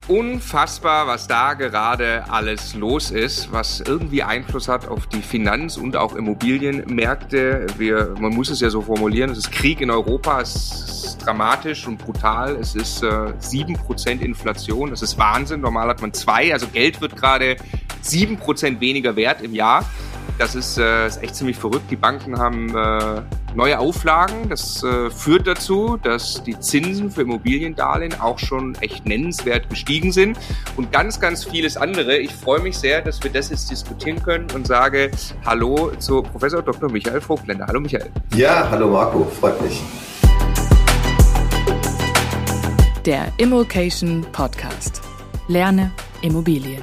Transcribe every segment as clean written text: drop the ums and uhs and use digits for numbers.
Unfassbar, was da gerade alles los ist, was irgendwie Einfluss hat auf die Finanz- und auch Immobilienmärkte. Man muss es ja so formulieren, es ist Krieg in Europa, es ist dramatisch und brutal. Es ist 7% Inflation, das ist Wahnsinn. Normal hat man 2%, also Geld wird gerade 7% weniger wert im Jahr. Das ist echt ziemlich verrückt. Die Banken haben neue Auflagen. Das führt dazu, dass die Zinsen für Immobiliendarlehen auch schon echt nennenswert gestiegen sind. Und ganz, ganz vieles andere. Ich freue mich sehr, dass wir das jetzt diskutieren können und sage Hallo zu Professor Dr. Michael Voigtländer. Hallo Michael. Ja, hallo Marco, freut mich. Der Immokation Podcast. Lerne Immobilien.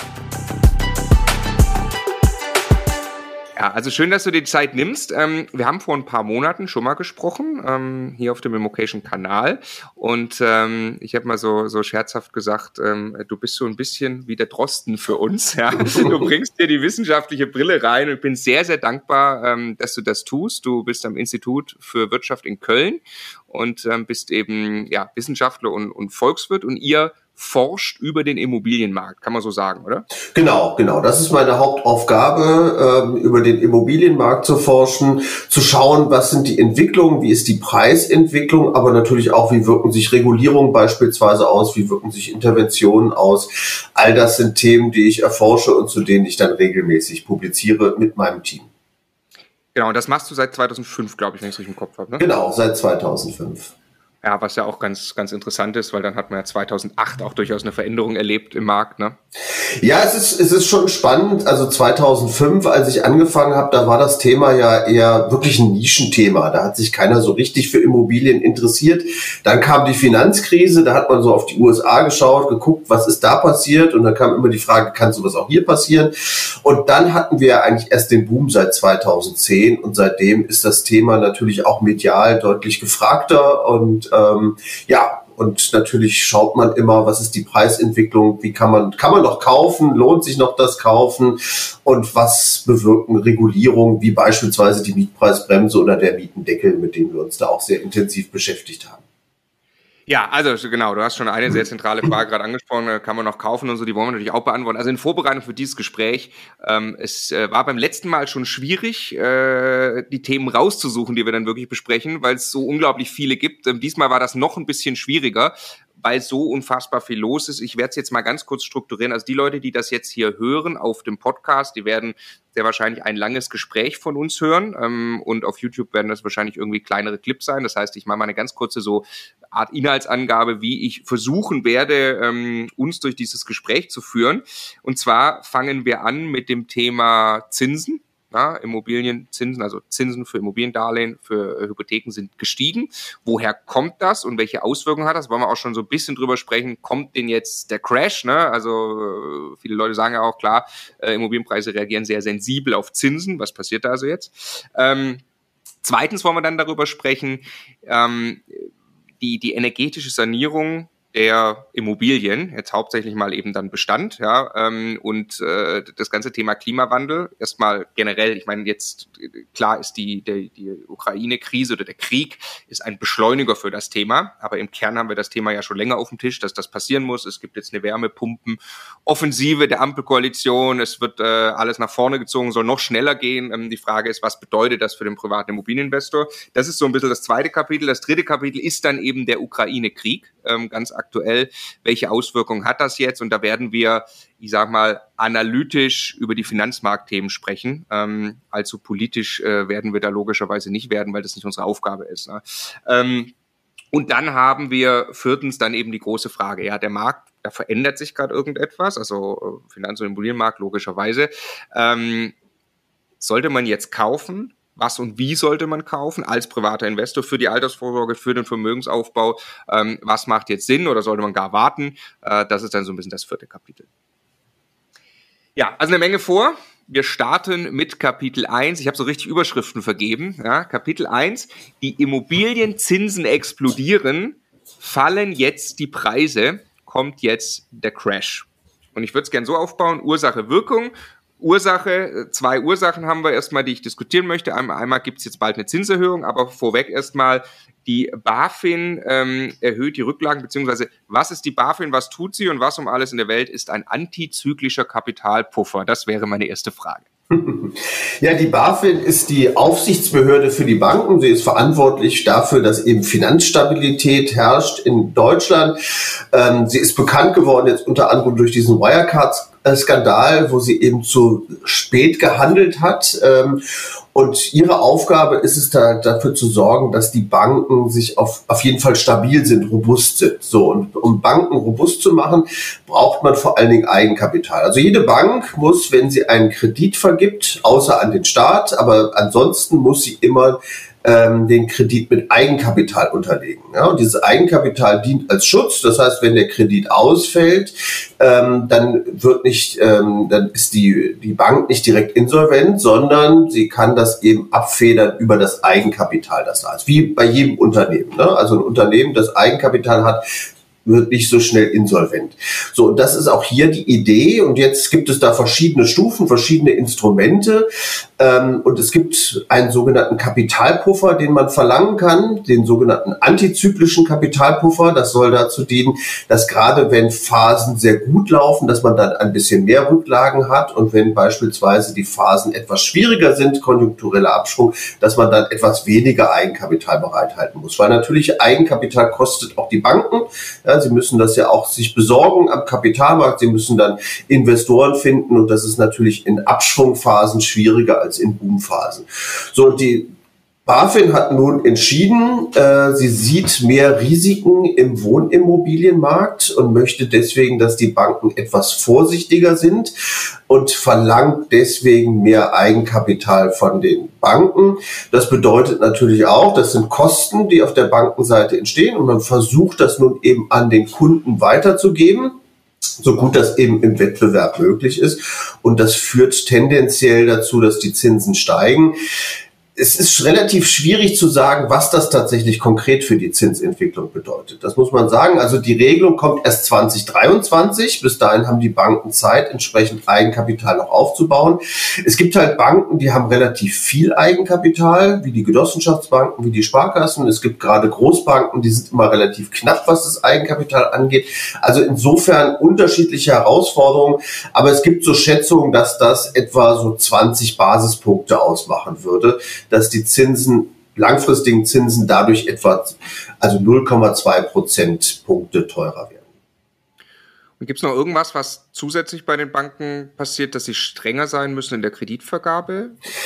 Ja, also schön, dass du dir die Zeit nimmst. Wir haben vor ein paar Monaten schon mal gesprochen, hier auf dem Immokation-Kanal. Und ich habe mal so scherzhaft gesagt, du bist so ein bisschen wie der Drosten für uns. Ja? Du bringst dir die wissenschaftliche Brille rein und ich bin sehr, sehr dankbar, dass du das tust. Du bist am Institut für Wirtschaft in Köln und bist eben Wissenschaftler und Volkswirt und ihr forscht über den Immobilienmarkt, kann man so sagen, oder? Genau. Das ist meine Hauptaufgabe, über den Immobilienmarkt zu forschen, zu schauen, was sind die Entwicklungen, wie ist die Preisentwicklung, aber natürlich auch, wie wirken sich Regulierungen beispielsweise aus, wie wirken sich Interventionen aus. All das sind Themen, die ich erforsche und zu denen ich dann regelmäßig publiziere mit meinem Team. Genau, und das machst du seit 2005, glaube ich, wenn ich es richtig im Kopf habe, ne? Genau, seit 2005. Ja, was ja auch ganz, ganz interessant ist, weil dann hat man ja 2008 auch durchaus eine Veränderung erlebt im Markt, ne? Ja, es ist schon spannend. Also 2005, als ich angefangen habe, da war das Thema ja eher wirklich ein Nischenthema. Da hat sich keiner so richtig für Immobilien interessiert. Dann kam die Finanzkrise, da hat man so auf die USA geschaut, geguckt, was ist da passiert? Und dann kam immer die Frage, kann sowas auch hier passieren? Und dann hatten wir eigentlich erst den Boom seit 2010 und seitdem ist das Thema natürlich auch medial deutlich gefragter und und natürlich schaut man immer, was ist die Preisentwicklung, wie kann man noch kaufen, lohnt sich noch das Kaufen und was bewirken Regulierungen, wie beispielsweise die Mietpreisbremse oder der Mietendeckel, mit denen wir uns da auch sehr intensiv beschäftigt haben. Ja, also genau, du hast schon eine sehr zentrale Frage gerade angesprochen, kann man noch kaufen und so, die wollen wir natürlich auch beantworten. Also in Vorbereitung für dieses Gespräch, es war beim letzten Mal schon schwierig, die Themen rauszusuchen, die wir dann wirklich besprechen, weil es so unglaublich viele gibt. Diesmal war das noch ein bisschen schwieriger, weil so unfassbar viel los ist. Ich werde es jetzt mal ganz kurz strukturieren. Also die Leute, die das jetzt hier hören auf dem Podcast, die werden sehr wahrscheinlich ein langes Gespräch von uns hören und auf YouTube werden das wahrscheinlich irgendwie kleinere Clips sein. Das heißt, ich mache mal eine ganz kurze so Art Inhaltsangabe, wie ich versuchen werde, uns durch dieses Gespräch zu führen. Und zwar fangen wir an mit dem Thema Zinsen. Ja, Immobilienzinsen, also Zinsen für Immobiliendarlehen, für Hypotheken sind gestiegen. Woher kommt das und welche Auswirkungen hat das? Wollen wir auch schon so ein bisschen drüber sprechen. Kommt denn jetzt der Crash? Ne? Also viele Leute sagen ja auch, klar, Immobilienpreise reagieren sehr sensibel auf Zinsen. Was passiert da also jetzt? Zweitens wollen wir dann darüber sprechen, die energetische Sanierung der Immobilien, jetzt hauptsächlich mal eben dann Bestand, ja, und das ganze Thema Klimawandel, erstmal generell, ich meine jetzt, klar ist die Ukraine-Krise oder der Krieg ist ein Beschleuniger für das Thema, aber im Kern haben wir das Thema ja schon länger auf dem Tisch, dass das passieren muss. Es gibt jetzt eine Wärmepumpen-Offensive der Ampelkoalition, es wird alles nach vorne gezogen, soll noch schneller gehen. Die Frage ist, was bedeutet das für den privaten Immobilieninvestor? Das ist so ein bisschen das zweite Kapitel. Das dritte Kapitel ist dann eben der Ukraine-Krieg, ganz aktuell. Welche Auswirkungen hat das jetzt? Und da werden wir, ich sag mal, analytisch über die Finanzmarktthemen sprechen. Allzu politisch werden wir da logischerweise nicht werden, weil das nicht unsere Aufgabe ist. Ne? Und dann haben wir viertens dann eben die große Frage, ja, der Markt, da verändert sich gerade irgendetwas, also Finanz- und Immobilienmarkt logischerweise. Sollte man jetzt kaufen? Was und wie sollte man kaufen als privater Investor für die Altersvorsorge, für den Vermögensaufbau? Was macht jetzt Sinn oder sollte man gar warten? Das ist dann so ein bisschen das vierte Kapitel. Ja, also eine Menge vor. Wir starten mit Kapitel 1. Ich habe so richtig Überschriften vergeben. Ja, Kapitel 1. Die Immobilienzinsen explodieren, fallen jetzt die Preise, kommt jetzt der Crash. Und ich würde es gerne so aufbauen, Ursache, Wirkung. Zwei Ursachen haben wir erstmal, die ich diskutieren möchte. Einmal gibt es jetzt bald eine Zinserhöhung, aber vorweg erstmal, die BaFin erhöht die Rücklagen, beziehungsweise was ist die BaFin, was tut sie und was um alles in der Welt ist ein antizyklischer Kapitalpuffer? Das wäre meine erste Frage. Ja, die BaFin ist die Aufsichtsbehörde für die Banken. Sie ist verantwortlich dafür, dass eben Finanzstabilität herrscht in Deutschland. Sie ist bekannt geworden jetzt unter anderem durch diesen Wirecard-Skandal, wo sie eben zu spät gehandelt hat. Und ihre Aufgabe ist es dafür zu sorgen, dass die Banken sich auf jeden Fall stabil sind, robust sind. So, und um Banken robust zu machen, braucht man vor allen Dingen Eigenkapital. Also jede Bank muss, wenn sie einen Kredit vergibt, außer an den Staat, aber ansonsten muss sie immer den Kredit mit Eigenkapital unterlegen. Ja, und dieses Eigenkapital dient als Schutz. Das heißt, wenn der Kredit ausfällt, dann ist die Bank nicht direkt insolvent, sondern sie kann das eben abfedern über das Eigenkapital, das da ist. Wie bei jedem Unternehmen. Ne? Also ein Unternehmen, das Eigenkapital hat, wird nicht so schnell insolvent. So, und das ist auch hier die Idee. Und jetzt gibt es da verschiedene Stufen, verschiedene Instrumente. Und es gibt einen sogenannten Kapitalpuffer, den man verlangen kann, den sogenannten antizyklischen Kapitalpuffer. Das soll dazu dienen, dass gerade wenn Phasen sehr gut laufen, dass man dann ein bisschen mehr Rücklagen hat. Und wenn beispielsweise die Phasen etwas schwieriger sind, konjunktureller Abschwung, dass man dann etwas weniger Eigenkapital bereithalten muss. Weil natürlich Eigenkapital kostet auch die Banken. Ja, sie müssen das ja auch sich besorgen am Kapitalmarkt. Sie müssen dann Investoren finden und das ist natürlich in Abschwungphasen schwieriger als in Boomphasen. So, die BaFin hat nun entschieden, sie sieht mehr Risiken im Wohnimmobilienmarkt und möchte deswegen, dass die Banken etwas vorsichtiger sind und verlangt deswegen mehr Eigenkapital von den Banken. Das bedeutet natürlich auch, das sind Kosten, die auf der Bankenseite entstehen und man versucht das nun eben an den Kunden weiterzugeben, so gut das eben im Wettbewerb möglich ist. Und das führt tendenziell dazu, dass die Zinsen steigen. Es ist relativ schwierig zu sagen, was das tatsächlich konkret für die Zinsentwicklung bedeutet. Das muss man sagen. Also die Regelung kommt erst 2023. Bis dahin haben die Banken Zeit, entsprechend Eigenkapital noch aufzubauen. Es gibt halt Banken, die haben relativ viel Eigenkapital, wie die Genossenschaftsbanken, wie die Sparkassen. Es gibt gerade Großbanken, die sind immer relativ knapp, was das Eigenkapital angeht. Also insofern unterschiedliche Herausforderungen. Aber es gibt so Schätzungen, dass das etwa so 20 Basispunkte ausmachen würde, dass die langfristigen Zinsen dadurch etwa 0,2 Prozentpunkte teurer werden. Und gibt es noch irgendwas, was zusätzlich bei den Banken passiert, dass sie strenger sein müssen in der Kreditvergabe?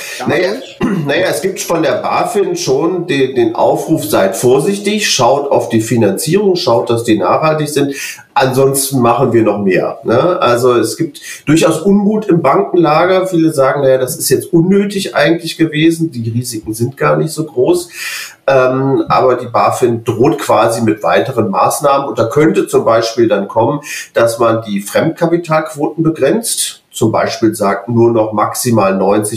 Naja, es gibt von der BaFin schon den Aufruf, seid vorsichtig, schaut auf die Finanzierung, schaut, dass die nachhaltig sind. Ansonsten machen wir noch mehr. Ne? Also es gibt durchaus Unmut im Bankenlager. Viele sagen, naja, das ist jetzt unnötig eigentlich gewesen. Die Risiken sind gar nicht so groß. Aber die BaFin droht quasi mit weiteren Maßnahmen. Und da könnte zum Beispiel dann kommen, dass man die Fremdkapitalquoten begrenzt. Zum Beispiel sagt nur noch maximal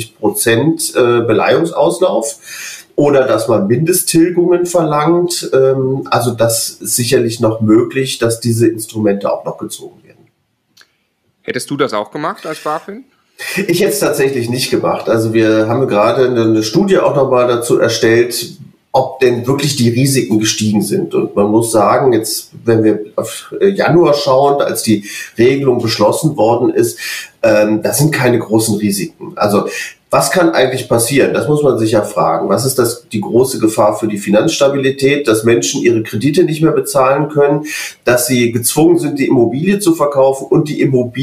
90% Beleihungsauslauf. Oder dass man Mindesttilgungen verlangt. Also das ist sicherlich noch möglich, dass diese Instrumente auch noch gezogen werden. Hättest du das auch gemacht als BaFin? Ich hätte es tatsächlich nicht gemacht. Also wir haben gerade eine Studie auch nochmal dazu erstellt, ob denn wirklich die Risiken gestiegen sind. Und man muss sagen, jetzt, wenn wir auf Januar schauen, als die Regelung beschlossen worden ist, da sind keine großen Risiken. Also was kann eigentlich passieren? Das muss man sich ja fragen. Was ist die große Gefahr für die Finanzstabilität? Dass Menschen ihre Kredite nicht mehr bezahlen können, dass sie gezwungen sind, die Immobilie zu verkaufen und der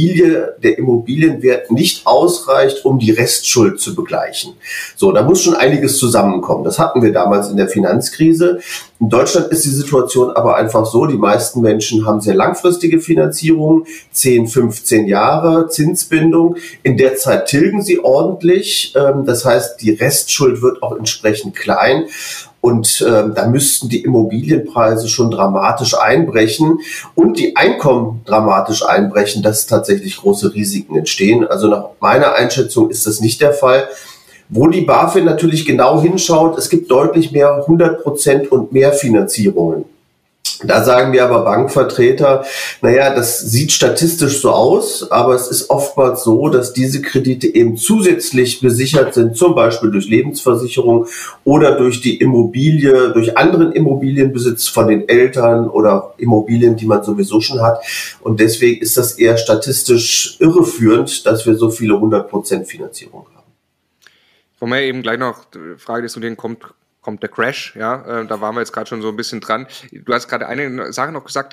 Immobilienwert nicht ausreicht, um die Restschuld zu begleichen. So, da muss schon einiges zusammenkommen. Das hatten wir damals in der Finanzkrise. In Deutschland ist die Situation aber einfach so, die meisten Menschen haben sehr langfristige Finanzierungen, 10, 15 Jahre Zinsbindung. In der Zeit tilgen sie ordentlich. Das heißt, die Restschuld wird auch entsprechend klein. Und da müssten die Immobilienpreise schon dramatisch einbrechen und die Einkommen dramatisch einbrechen, dass tatsächlich große Risiken entstehen. Also nach meiner Einschätzung ist das nicht der Fall. Wo die BaFin natürlich genau hinschaut, es gibt deutlich mehr 100% und mehr Finanzierungen Da sagen mir aber Bankvertreter, naja, das sieht statistisch so aus, aber es ist oftmals so, dass diese Kredite eben zusätzlich besichert sind, zum Beispiel durch Lebensversicherung oder durch die Immobilie, durch anderen Immobilienbesitz von den Eltern oder Immobilien, die man sowieso schon hat. Und deswegen ist das eher statistisch irreführend, dass wir so viele 100% Finanzierung haben. Wo mir eben gleich noch die Frage ist, kommt der Crash, ja, da waren wir jetzt gerade schon so ein bisschen dran. Du hast gerade eine Sache noch gesagt,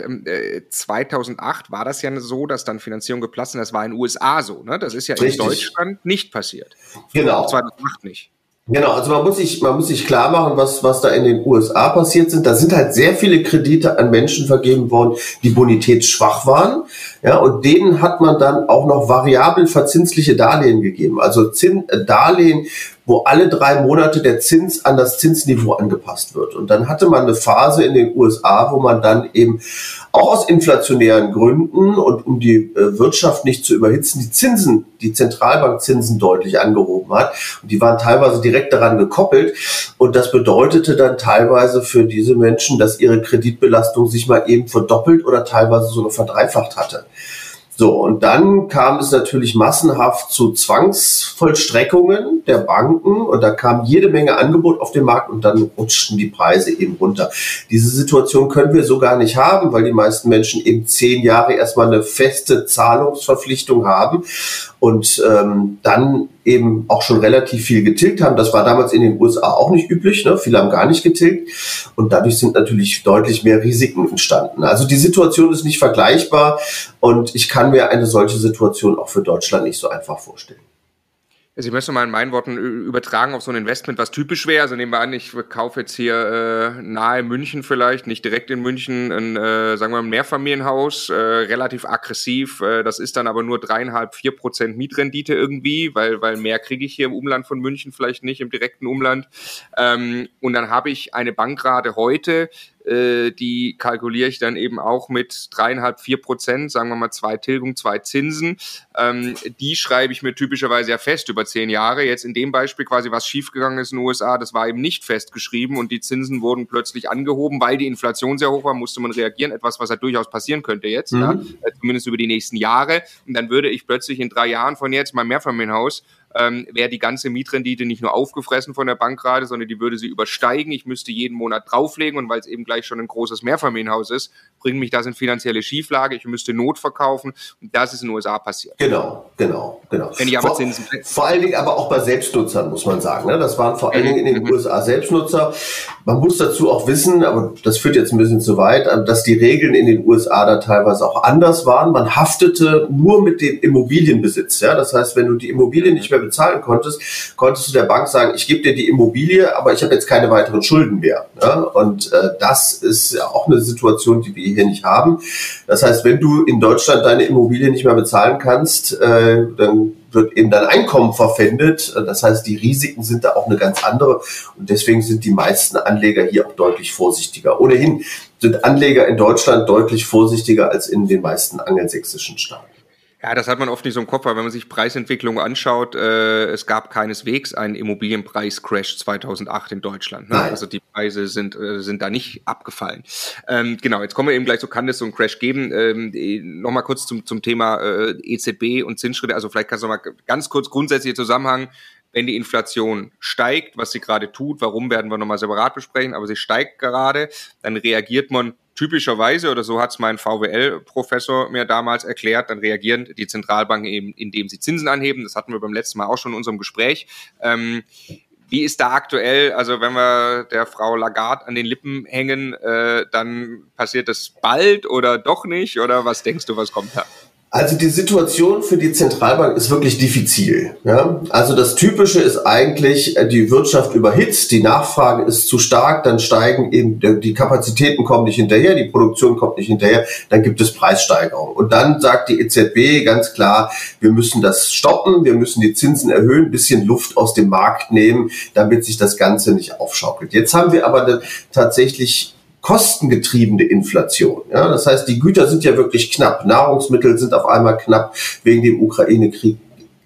2008 war das ja so, dass dann Finanzierung geplatzt ist, das war in den USA so, ne? Das ist ja in Deutschland nicht passiert. Genau. Auch 2008 nicht. Genau, also man muss sich klar machen, was da in den USA passiert sind. Da sind halt sehr viele Kredite an Menschen vergeben worden, die bonitätsschwach waren. Ja, und denen hat man dann auch noch variabel verzinsliche Darlehen gegeben. Also Darlehen, wo alle 3 Monate der Zins an das Zinsniveau angepasst wird. Und dann hatte man eine Phase in den USA, wo man dann eben auch aus inflationären Gründen und um die Wirtschaft nicht zu überhitzen, die Zentralbankzinsen deutlich angehoben hat. Und die waren teilweise direkt daran gekoppelt. Und das bedeutete dann teilweise für diese Menschen, dass ihre Kreditbelastung sich mal eben verdoppelt oder teilweise sogar verdreifacht hatte. So, und dann kam es natürlich massenhaft zu Zwangsvollstreckungen der Banken und da kam jede Menge Angebot auf den Markt und dann rutschten die Preise eben runter. Diese Situation können wir so gar nicht haben, weil die meisten Menschen eben 10 Jahre erstmal eine feste Zahlungsverpflichtung haben und dann eben auch schon relativ viel getilgt haben. Das war damals in den USA auch nicht üblich, ne? Viele haben gar nicht getilgt und dadurch sind natürlich deutlich mehr Risiken entstanden. Also die Situation ist nicht vergleichbar und ich kann mir eine solche Situation auch für Deutschland nicht so einfach vorstellen. Also ich möchte mal in meinen Worten übertragen auf so ein Investment, was typisch wäre. Also nehmen wir an, ich kaufe jetzt hier nahe München vielleicht, nicht direkt in München, sagen wir ein Mehrfamilienhaus, relativ aggressiv. Das ist dann aber nur 3,5-4% Mietrendite irgendwie, weil mehr kriege ich hier im Umland von München vielleicht nicht, im direkten Umland. Und dann habe ich eine Bankrate heute, die kalkuliere ich dann eben auch mit 3,5-4%, sagen wir mal 2 Tilgung, 2 Zinsen. Die schreibe ich mir typischerweise ja fest über 10 Jahre. Jetzt in dem Beispiel quasi, was schiefgegangen ist in den USA, das war eben nicht festgeschrieben und die Zinsen wurden plötzlich angehoben, weil die Inflation sehr hoch war, musste man reagieren. Etwas, was ja durchaus passieren könnte jetzt, ja, zumindest über die nächsten Jahre. Und dann würde ich plötzlich in 3 Jahren von jetzt mein Mehrfamilienhaus wäre die ganze Mietrendite nicht nur aufgefressen von der Bankrate, sondern die würde sie übersteigen. Ich müsste jeden Monat drauflegen und weil es eben gleich schon ein großes Mehrfamilienhaus ist, bringt mich das in finanzielle Schieflage. Ich müsste Not verkaufen und das ist in den USA passiert. Genau. Wenn ich aber Zinsen vor allen Dingen aber auch bei Selbstnutzern, muss man sagen. Ne? Das waren vor allen Dingen in den USA Selbstnutzer. Man muss dazu auch wissen, aber das führt jetzt ein bisschen zu weit, dass die Regeln in den USA da teilweise auch anders waren. Man haftete nur mit dem Immobilienbesitz. Ja? Das heißt, wenn du die Immobilie nicht mehr bezahlen konntest du der Bank sagen, ich gebe dir die Immobilie, aber ich habe jetzt keine weiteren Schulden mehr. Ne? Und das ist ja auch eine Situation, die wir hier nicht haben. Das heißt, wenn du in Deutschland deine Immobilie nicht mehr bezahlen kannst, dann wird eben dein Einkommen verpfändet. Das heißt, die Risiken sind da auch eine ganz andere. Und deswegen sind die meisten Anleger hier auch deutlich vorsichtiger. Ohnehin sind Anleger in Deutschland deutlich vorsichtiger als in den meisten angelsächsischen Staaten. Ja, das hat man oft nicht so im Kopf, weil wenn man sich Preisentwicklung anschaut, es gab keineswegs einen Immobilienpreis-Crash 2008 in Deutschland. Ne? Also die Preise sind da nicht abgefallen. Genau, jetzt kommen wir eben gleich, so kann es so einen Crash geben. Nochmal kurz zum Thema EZB und Zinsschritte. Also vielleicht kannst du noch mal ganz kurz grundsätzlich Zusammenhang. Wenn die Inflation steigt, was sie gerade tut, warum werden wir nochmal separat besprechen, aber sie steigt gerade, dann reagiert man typischerweise, oder so hat es mein VWL-Professor mir damals erklärt, dann reagieren die Zentralbanken eben, indem sie Zinsen anheben. Das hatten wir beim letzten Mal auch schon in unserem Gespräch. Wie ist da aktuell, also wenn wir der Frau Lagarde an den Lippen hängen, dann passiert das bald oder doch nicht? Oder was denkst du, was kommt da? Also die Situation für die Zentralbank ist wirklich diffizil. Ja? Also das Typische ist eigentlich, die Wirtschaft überhitzt, die Nachfrage ist zu stark, dann steigen eben, die Kapazitäten kommen nicht hinterher, die Produktion kommt nicht hinterher, dann gibt es Preissteigerungen. Und dann sagt die EZB ganz klar, wir müssen das stoppen, wir müssen die Zinsen erhöhen, ein bisschen Luft aus dem Markt nehmen, damit sich das Ganze nicht aufschaukelt. Jetzt haben wir aber tatsächlich kostengetriebene Inflation. Ja, das heißt, die Güter sind ja wirklich knapp. Nahrungsmittel sind auf einmal knapp wegen dem Ukraine-Krieg.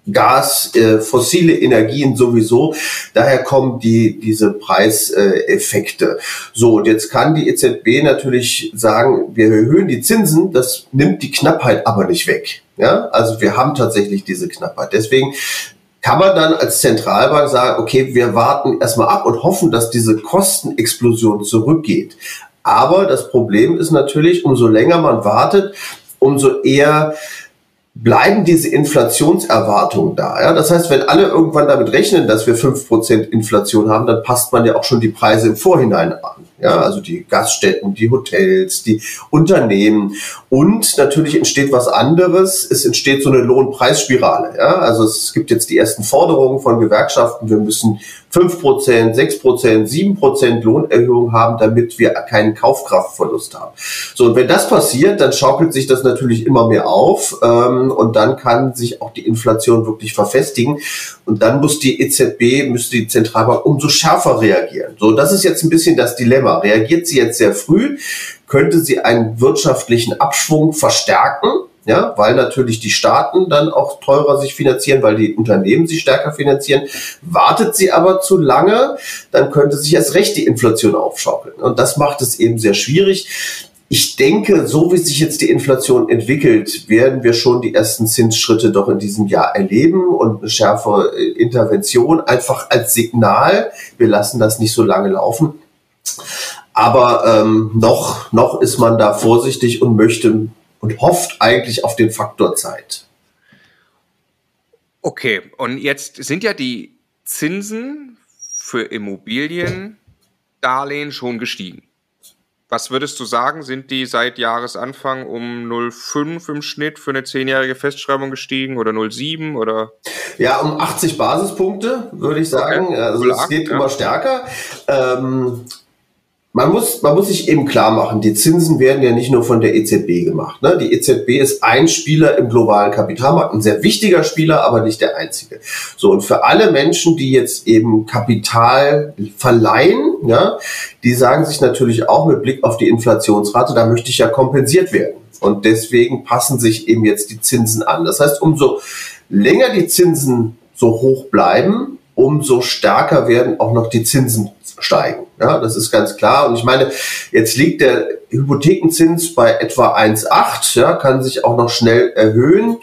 Gas, fossile Energien sowieso. Daher kommen diese Preiseffekte. So, und jetzt kann die EZB natürlich sagen, wir erhöhen die Zinsen, das nimmt die Knappheit aber nicht weg. Ja, also wir haben tatsächlich diese Knappheit. Deswegen kann man dann als Zentralbank sagen, okay, wir warten erstmal ab und hoffen, dass diese Kostenexplosion zurückgeht. Aber das Problem ist natürlich, umso länger man wartet, umso eher bleiben diese Inflationserwartungen da. Ja? Das heißt, wenn alle irgendwann damit rechnen, dass wir 5% Inflation haben, dann passt man ja auch schon die Preise im Vorhinein an. Ja, also die Gaststätten, die Hotels, die Unternehmen. Und natürlich entsteht was anderes. Es entsteht so eine Lohnpreisspirale. Ja, also es gibt jetzt die ersten Forderungen von Gewerkschaften. Wir müssen 5%, 6%, 7% Lohnerhöhung haben, damit wir keinen Kaufkraftverlust haben. So, und wenn das passiert, dann schaukelt sich das natürlich immer mehr auf. Und dann kann sich auch die Inflation wirklich verfestigen. Und dann müsste die Zentralbank umso schärfer reagieren. So, das ist jetzt ein bisschen das Dilemma. Reagiert sie jetzt sehr früh, könnte sie einen wirtschaftlichen Abschwung verstärken, ja, weil natürlich die Staaten dann auch teurer sich finanzieren, weil die Unternehmen sich stärker finanzieren. Wartet sie aber zu lange, dann könnte sich erst recht die Inflation aufschaukeln. Und das macht es eben sehr schwierig. Ich denke, so wie sich jetzt die Inflation entwickelt, werden wir schon die ersten Zinsschritte doch in diesem Jahr erleben und eine schärfere Intervention, einfach als Signal. Wir lassen das nicht so lange laufen. Aber noch ist man da vorsichtig und möchte und hofft eigentlich auf den Faktor Zeit. Okay, und jetzt sind ja die Zinsen für Immobiliendarlehen schon gestiegen. Was würdest du sagen, sind die seit Jahresanfang um 0,5 im Schnitt für eine 10-jährige Festschreibung gestiegen oder 0,7 oder? Ja, um 80 Basispunkte, würde ich sagen. Okay. Also es geht immer stärker. Man muss sich eben klar machen, die Zinsen werden ja nicht nur von der EZB gemacht. Ne? Die EZB ist ein Spieler im globalen Kapitalmarkt, ein sehr wichtiger Spieler, aber nicht der einzige. So, und für alle Menschen, die jetzt eben Kapital verleihen, ja, die sagen sich natürlich auch mit Blick auf die Inflationsrate, da möchte ich ja kompensiert werden. Und deswegen passen sich eben jetzt die Zinsen an. Das heißt, umso länger die Zinsen so hoch bleiben, umso stärker werden auch noch die Zinsen steigen. Ja, das ist ganz klar. Und ich meine, jetzt liegt der Hypothekenzins bei etwa 1,8, ja, kann sich auch noch schnell erhöhen.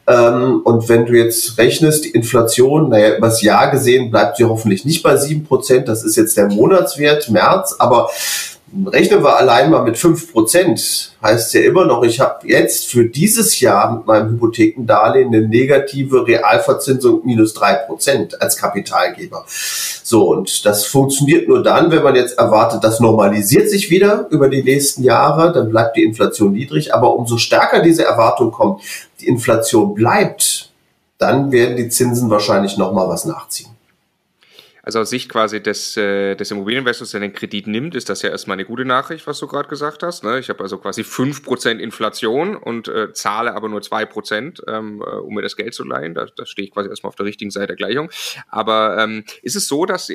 Und wenn du jetzt rechnest, die Inflation, naja, übers Jahr gesehen bleibt sie hoffentlich nicht bei 7%. Das ist jetzt der Monatswert, März, aber rechnen wir allein mal mit 5%, heißt ja immer noch, ich habe jetzt für dieses Jahr mit meinem Hypothekendarlehen eine negative Realverzinsung minus 3% als Kapitalgeber. So, und das funktioniert nur dann, wenn man jetzt erwartet, das normalisiert sich wieder über die nächsten Jahre, dann bleibt die Inflation niedrig, aber umso stärker diese Erwartung kommt, die Inflation bleibt, dann werden die Zinsen wahrscheinlich nochmal was nachziehen. Also aus Sicht quasi des Immobilieninvestors, der den Kredit nimmt, ist das ja erstmal eine gute Nachricht, was du gerade gesagt hast. Ne? Ich habe also quasi 5% Inflation und zahle aber nur 2%, um mir das Geld zu leihen. Da stehe ich quasi erstmal auf der richtigen Seite der Gleichung. Aber ist es so, dass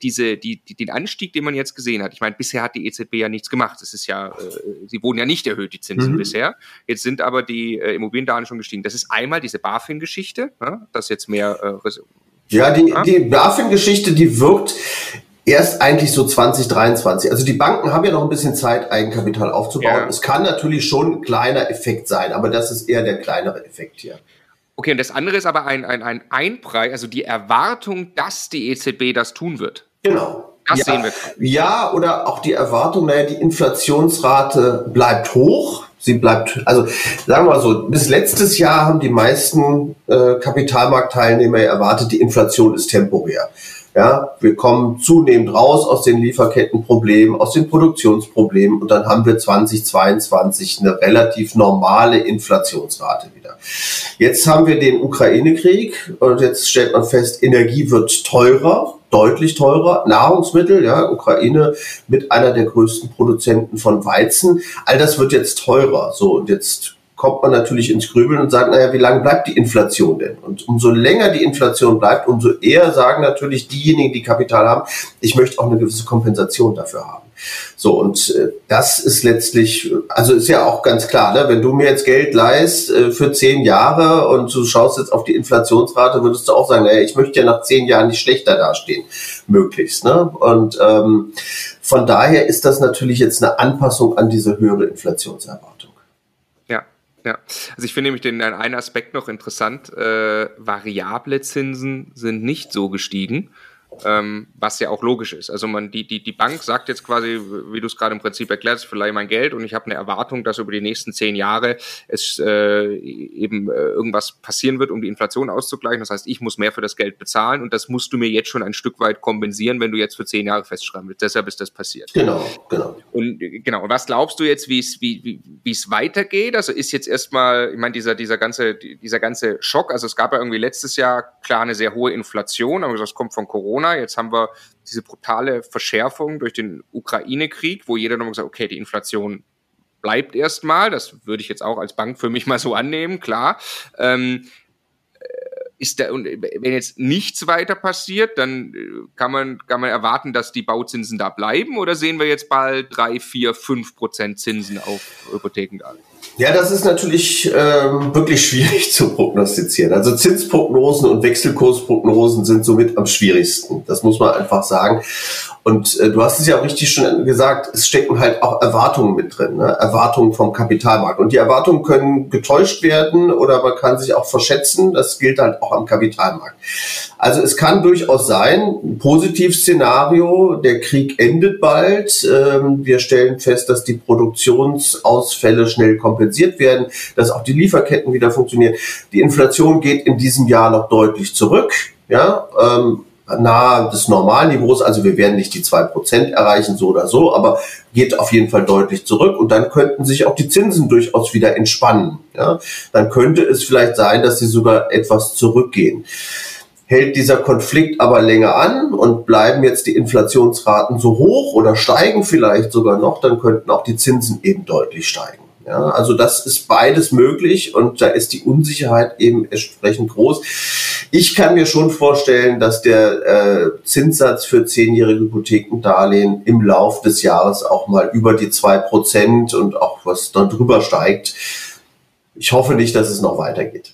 den Anstieg, den man jetzt gesehen hat, ich meine, bisher hat die EZB ja nichts gemacht. Es ist ja, sie wurden ja nicht erhöht, die Zinsen bisher. Jetzt sind aber die Immobiliendarlehen schon gestiegen. Das ist einmal diese BaFin-Geschichte, ne? Dass jetzt mehr Ja, die BaFin-Geschichte, die wirkt erst eigentlich so 2023. Also die Banken haben ja noch ein bisschen Zeit, Eigenkapital aufzubauen. Ja. Es kann natürlich schon ein kleiner Effekt sein, aber das ist eher der kleinere Effekt hier. Okay, und das andere ist aber ein Einpreis, also die Erwartung, dass die EZB das tun wird. Genau. Das sehen wir. Ja, oder auch die Erwartung, die Inflationsrate bleibt hoch. Sie bleibt, also sagen wir mal so, bis letztes Jahr haben die meisten Kapitalmarktteilnehmer erwartet, die Inflation ist temporär. Ja, wir kommen zunehmend raus aus den Lieferkettenproblemen, aus den Produktionsproblemen und dann haben wir 2022 eine relativ normale Inflationsrate wieder. Jetzt haben wir den Ukraine-Krieg und jetzt stellt man fest, Energie wird teurer, deutlich teurer, Nahrungsmittel, ja, Ukraine mit einer der größten Produzenten von Weizen, all das wird jetzt teurer. So, und jetzt kommt man natürlich ins Grübeln und sagt, naja, wie lange bleibt die Inflation denn? Und umso länger die Inflation bleibt, umso eher sagen natürlich diejenigen, die Kapital haben, ich möchte auch eine gewisse Kompensation dafür haben. So, und das ist letztlich, also ist ja auch ganz klar, ne? Wenn du mir jetzt Geld leihst für 10 Jahre und du schaust jetzt auf die Inflationsrate, würdest du auch sagen, naja, ich möchte ja nach 10 Jahren nicht schlechter dastehen, möglichst. Ne? Und von daher ist das natürlich jetzt eine Anpassung an diese höhere Inflationserwartung. Ja, also ich finde nämlich den einen Aspekt noch interessant, variable Zinsen sind nicht so gestiegen, was ja auch logisch ist. Also die Bank sagt jetzt quasi, wie du es gerade im Prinzip erklärst, ich verleihe mein Geld und ich habe eine Erwartung, dass über die nächsten 10 Jahre es irgendwas passieren wird, um die Inflation auszugleichen. Das heißt, ich muss mehr für das Geld bezahlen und das musst du mir jetzt schon ein Stück weit kompensieren, wenn du jetzt für 10 Jahre festschreiben willst. Deshalb ist das passiert. Genau. Und was glaubst du jetzt, wie es weitergeht? Also ist jetzt erstmal, ich meine, dieser ganze Schock, also es gab ja irgendwie letztes Jahr klar eine sehr hohe Inflation, aber das kommt von Corona. Jetzt haben wir diese brutale Verschärfung durch den Ukraine-Krieg, wo jeder nochmal gesagt hat, okay, die Inflation bleibt erstmal. Das würde ich jetzt auch als Bank für mich mal so annehmen, klar. Und wenn jetzt nichts weiter passiert, dann kann man erwarten, dass die Bauzinsen da bleiben, oder sehen wir jetzt bald 3, 4, 5% Zinsen auf Hypothekendarlehen? Ja, das ist natürlich wirklich schwierig zu prognostizieren. Also Zinsprognosen und Wechselkursprognosen sind somit am schwierigsten. Das muss man einfach sagen. Und du hast es ja auch richtig schon gesagt, es stecken halt auch Erwartungen mit drin, ne? Erwartungen vom Kapitalmarkt. Und die Erwartungen können getäuscht werden oder man kann sich auch verschätzen. Das gilt halt auch am Kapitalmarkt. Also es kann durchaus sein, ein Positivszenario, der Krieg endet bald. Wir stellen fest, dass die Produktionsausfälle schnell kompensiert werden, dass auch die Lieferketten wieder funktionieren. Die Inflation geht in diesem Jahr noch deutlich zurück, ja, nahe des Normalniveaus, also wir werden nicht die 2% erreichen, so oder so, aber geht auf jeden Fall deutlich zurück und dann könnten sich auch die Zinsen durchaus wieder entspannen. Ja? Dann könnte es vielleicht sein, dass sie sogar etwas zurückgehen. Hält dieser Konflikt aber länger an und bleiben jetzt die Inflationsraten so hoch oder steigen vielleicht sogar noch, dann könnten auch die Zinsen eben deutlich steigen. Ja, also das ist beides möglich und da ist die Unsicherheit eben entsprechend groß. Ich kann mir schon vorstellen, dass der Zinssatz für 10-jährige Hypothekendarlehen im Lauf des Jahres auch mal über die 2% und auch was dann drüber steigt. Ich hoffe nicht, dass es noch weitergeht.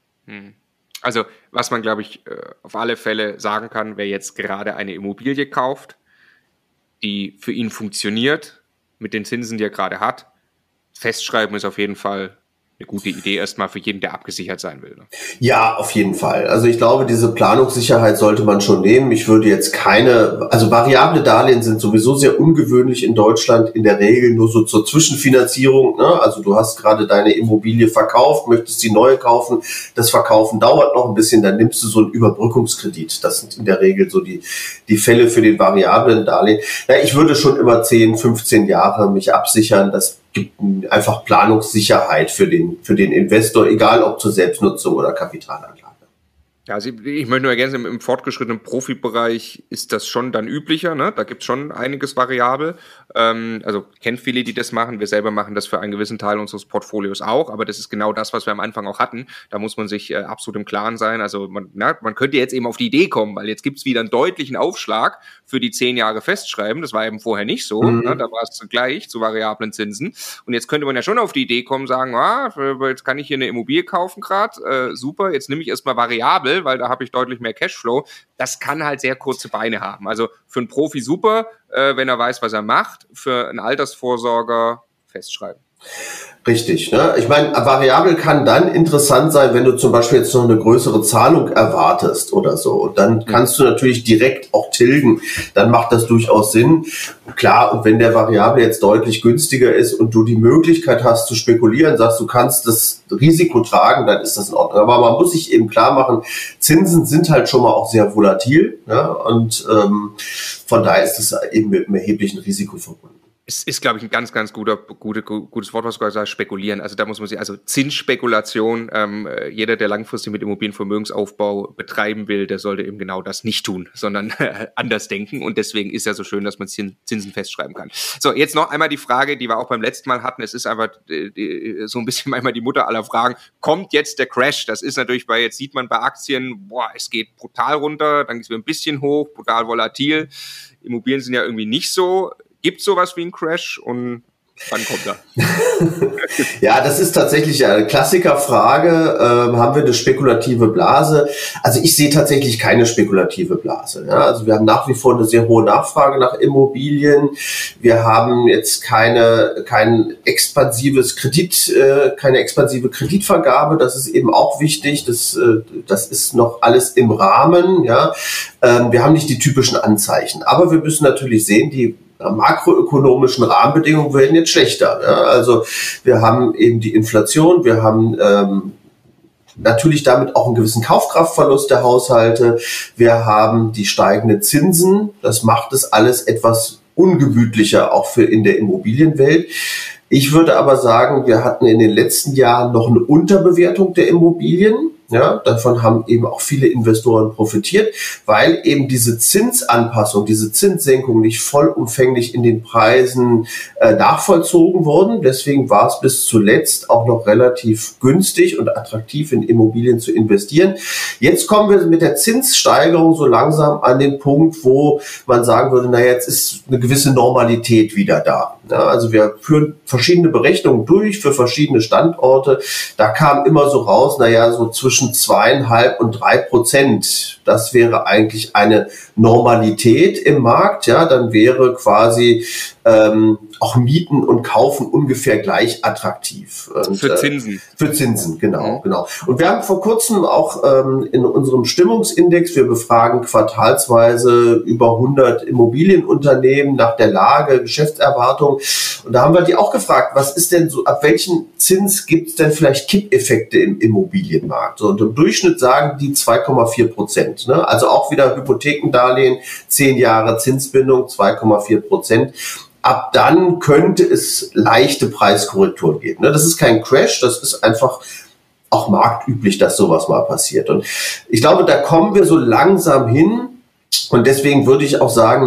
Also was man, glaube ich, auf alle Fälle sagen kann, wer jetzt gerade eine Immobilie kauft, die für ihn funktioniert, mit den Zinsen, die er gerade hat, festschreiben ist auf jeden Fall eine gute Idee erstmal für jeden, der abgesichert sein will. Ne? Ja, auf jeden Fall. Also ich glaube, diese Planungssicherheit sollte man schon nehmen. Ich würde jetzt also variable Darlehen sind sowieso sehr ungewöhnlich in Deutschland, in der Regel nur so zur Zwischenfinanzierung. Ne? Also du hast gerade deine Immobilie verkauft, möchtest die neue kaufen. Das Verkaufen dauert noch ein bisschen, dann nimmst du so einen Überbrückungskredit. Das sind in der Regel so die Fälle für den variablen Darlehen. Ja, ich würde schon immer 10, 15 Jahre mich absichern. Das gibt einfach Planungssicherheit für den Investor, egal ob zur Selbstnutzung oder Kapitalanlage. Ja, also ich möchte nur ergänzen, im fortgeschrittenen Profibereich ist das schon dann üblicher, ne? Da gibt es schon einiges variabel. Also kennt viele, die das machen. Wir selber machen das für einen gewissen Teil unseres Portfolios auch, aber das ist genau das, was wir am Anfang auch hatten. Da muss man sich absolut im Klaren sein. Also man könnte jetzt eben auf die Idee kommen, weil jetzt gibt es wieder einen deutlichen Aufschlag für die 10 Jahre festschreiben. Das war eben vorher nicht so. Ne? Da war es gleich zu variablen Zinsen. Und jetzt könnte man ja schon auf die Idee kommen, sagen, jetzt kann ich hier eine Immobilie kaufen gerade. Super, jetzt nehme ich erstmal variabel, weil da habe ich deutlich mehr Cashflow. Das kann halt sehr kurze Beine haben. Also für einen Profi super, wenn er weiß, was er macht. Für einen Altersvorsorger festschreiben. Richtig, ne? Ich meine, variabel kann dann interessant sein, wenn du zum Beispiel jetzt noch eine größere Zahlung erwartest oder so. Und dann kannst du natürlich direkt auch tilgen. Dann macht das durchaus Sinn. Klar, und wenn der Variable jetzt deutlich günstiger ist und du die Möglichkeit hast zu spekulieren, sagst, du kannst das Risiko tragen, dann ist das in Ordnung. Aber man muss sich eben klar machen, Zinsen sind halt schon mal auch sehr volatil. Ne? Und von daher ist das eben mit einem erheblichen Risiko verbunden. Es ist, glaube ich, ein ganz, ganz gutes Wort, was du gerade sagst, spekulieren. Also da muss man sich, also Zinsspekulation, jeder, der langfristig mit Immobilienvermögensaufbau betreiben will, der sollte eben genau das nicht tun, sondern anders denken. Und deswegen ist ja so schön, dass man Zinsen festschreiben kann. So, jetzt noch einmal die Frage, die wir auch beim letzten Mal hatten. Es ist einfach so ein bisschen manchmal die Mutter aller Fragen. Kommt jetzt der Crash? Das ist natürlich jetzt sieht man bei Aktien, es geht brutal runter, dann geht es wieder ein bisschen hoch, brutal volatil. Immobilien sind ja irgendwie nicht so. Gibt es sowas wie einen Crash und wann kommt er? Ja, das ist tatsächlich eine Klassikerfrage. Haben wir eine spekulative Blase? Also ich sehe tatsächlich keine spekulative Blase. Ja? Also wir haben nach wie vor eine sehr hohe Nachfrage nach Immobilien. Wir haben jetzt keine expansive Kreditvergabe. Das ist eben auch wichtig. Das ist noch alles im Rahmen. Ja? Wir haben nicht die typischen Anzeichen. Aber wir müssen natürlich sehen, die makroökonomischen Rahmenbedingungen werden jetzt schlechter. Ja? Also wir haben eben die Inflation, wir haben natürlich damit auch einen gewissen Kaufkraftverlust der Haushalte, wir haben die steigenden Zinsen, das macht es alles etwas ungemütlicher auch in der Immobilienwelt. Ich würde aber sagen, wir hatten in den letzten Jahren noch eine Unterbewertung der Immobilien. Ja, davon haben eben auch viele Investoren profitiert, weil eben diese Zinsanpassung, diese Zinssenkung nicht vollumfänglich in den Preisen nachvollzogen wurden. Deswegen war es bis zuletzt auch noch relativ günstig und attraktiv in Immobilien zu investieren. Jetzt kommen wir mit der Zinssteigerung so langsam an den Punkt, wo man sagen würde, jetzt ist eine gewisse Normalität wieder da. Ja, also wir führen verschiedene Berechnungen durch für verschiedene Standorte. Da kam immer so raus, so zwischen 2,5% und 3%. Das wäre eigentlich eine Normalität im Markt. Ja, dann wäre quasi auch Mieten und Kaufen ungefähr gleich attraktiv. Und, für Zinsen. Für Zinsen, genau. Und wir haben vor kurzem auch in unserem Stimmungsindex, wir befragen quartalsweise über 100 Immobilienunternehmen nach der Lage, Geschäftserwartung. Und da haben wir die auch gefragt, was ist denn so, ab welchem Zins gibt es denn vielleicht Kippeffekte im Immobilienmarkt? So, und im Durchschnitt sagen die 2,4%. Ne? Also auch wieder Hypothekendarlehen, 10 Jahre Zinsbindung, 2,4%. Ab dann könnte es leichte Preiskorrekturen geben. Das ist kein Crash, das ist einfach auch marktüblich, dass sowas mal passiert. Und ich glaube, da kommen wir so langsam hin. Und deswegen würde ich auch sagen,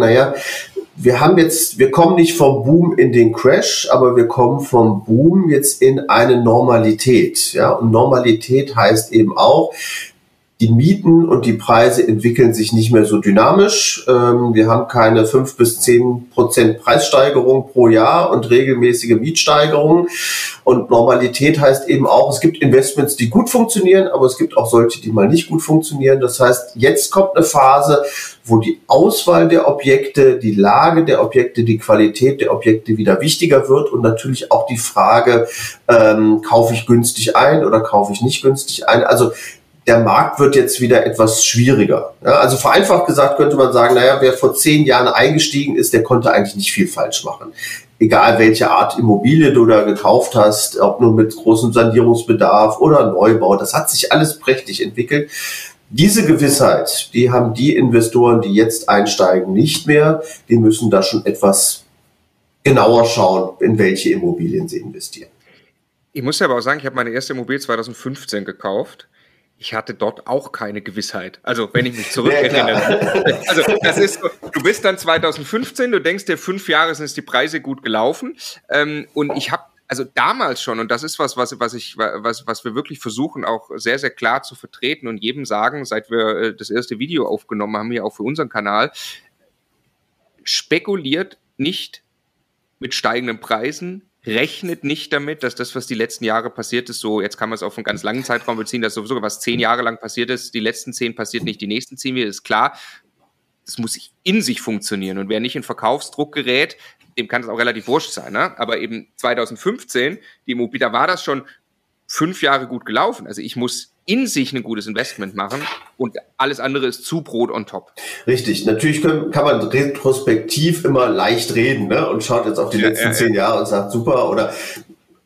wir kommen nicht vom Boom in den Crash, aber wir kommen vom Boom jetzt in eine Normalität. Ja? Und Normalität heißt eben auch, die Mieten und die Preise entwickeln sich nicht mehr so dynamisch. Wir haben keine 5-10% Preissteigerung pro Jahr und regelmäßige Mietsteigerungen. Und Normalität heißt eben auch, es gibt Investments, die gut funktionieren, aber es gibt auch solche, die mal nicht gut funktionieren. Das heißt, jetzt kommt eine Phase, wo die Auswahl der Objekte, die Lage der Objekte, die Qualität der Objekte wieder wichtiger wird und natürlich auch die Frage, kaufe ich günstig ein oder kaufe ich nicht günstig ein? Also der Markt wird jetzt wieder etwas schwieriger. Ja, also vereinfacht gesagt könnte man sagen, wer vor 10 Jahren eingestiegen ist, der konnte eigentlich nicht viel falsch machen. Egal welche Art Immobilie du da gekauft hast, ob nur mit großem Sanierungsbedarf oder Neubau, das hat sich alles prächtig entwickelt. Diese Gewissheit, die haben die Investoren, die jetzt einsteigen, nicht mehr. Die müssen da schon etwas genauer schauen, in welche Immobilien sie investieren. Ich muss ja aber auch sagen, ich habe meine erste Immobilie 2015 gekauft. Ich hatte dort auch keine Gewissheit. Also, wenn ich mich zurückerinnere. Also, das ist so, du bist dann 2015, du denkst dir, 5 Jahre sind die Preise gut gelaufen. Und ich habe also damals schon, und das ist was wir wirklich versuchen, auch sehr, sehr klar zu vertreten und jedem sagen, seit wir das erste Video aufgenommen haben, hier auch für unseren Kanal, spekuliert nicht mit steigenden Preisen, rechnet nicht damit, dass das, was die letzten Jahre passiert ist, so, jetzt kann man es auf einen ganz langen Zeitraum beziehen, dass sowieso was 10 Jahre lang passiert ist, die letzten 10 passiert nicht, die nächsten 10 wieder, ist klar. Das muss in sich funktionieren. Und wer nicht in Verkaufsdruck gerät, dem kann es auch relativ wurscht sein. Ne? Aber eben 2015, die Immobilie, da war das schon 5 Jahre gut gelaufen. Also ich muss in sich ein gutes Investment machen und alles andere ist Zubrot on top. Richtig. Natürlich kann man retrospektiv immer leicht reden, ne? Und schaut jetzt auf die letzten 10 Jahre und sagt, super. Oder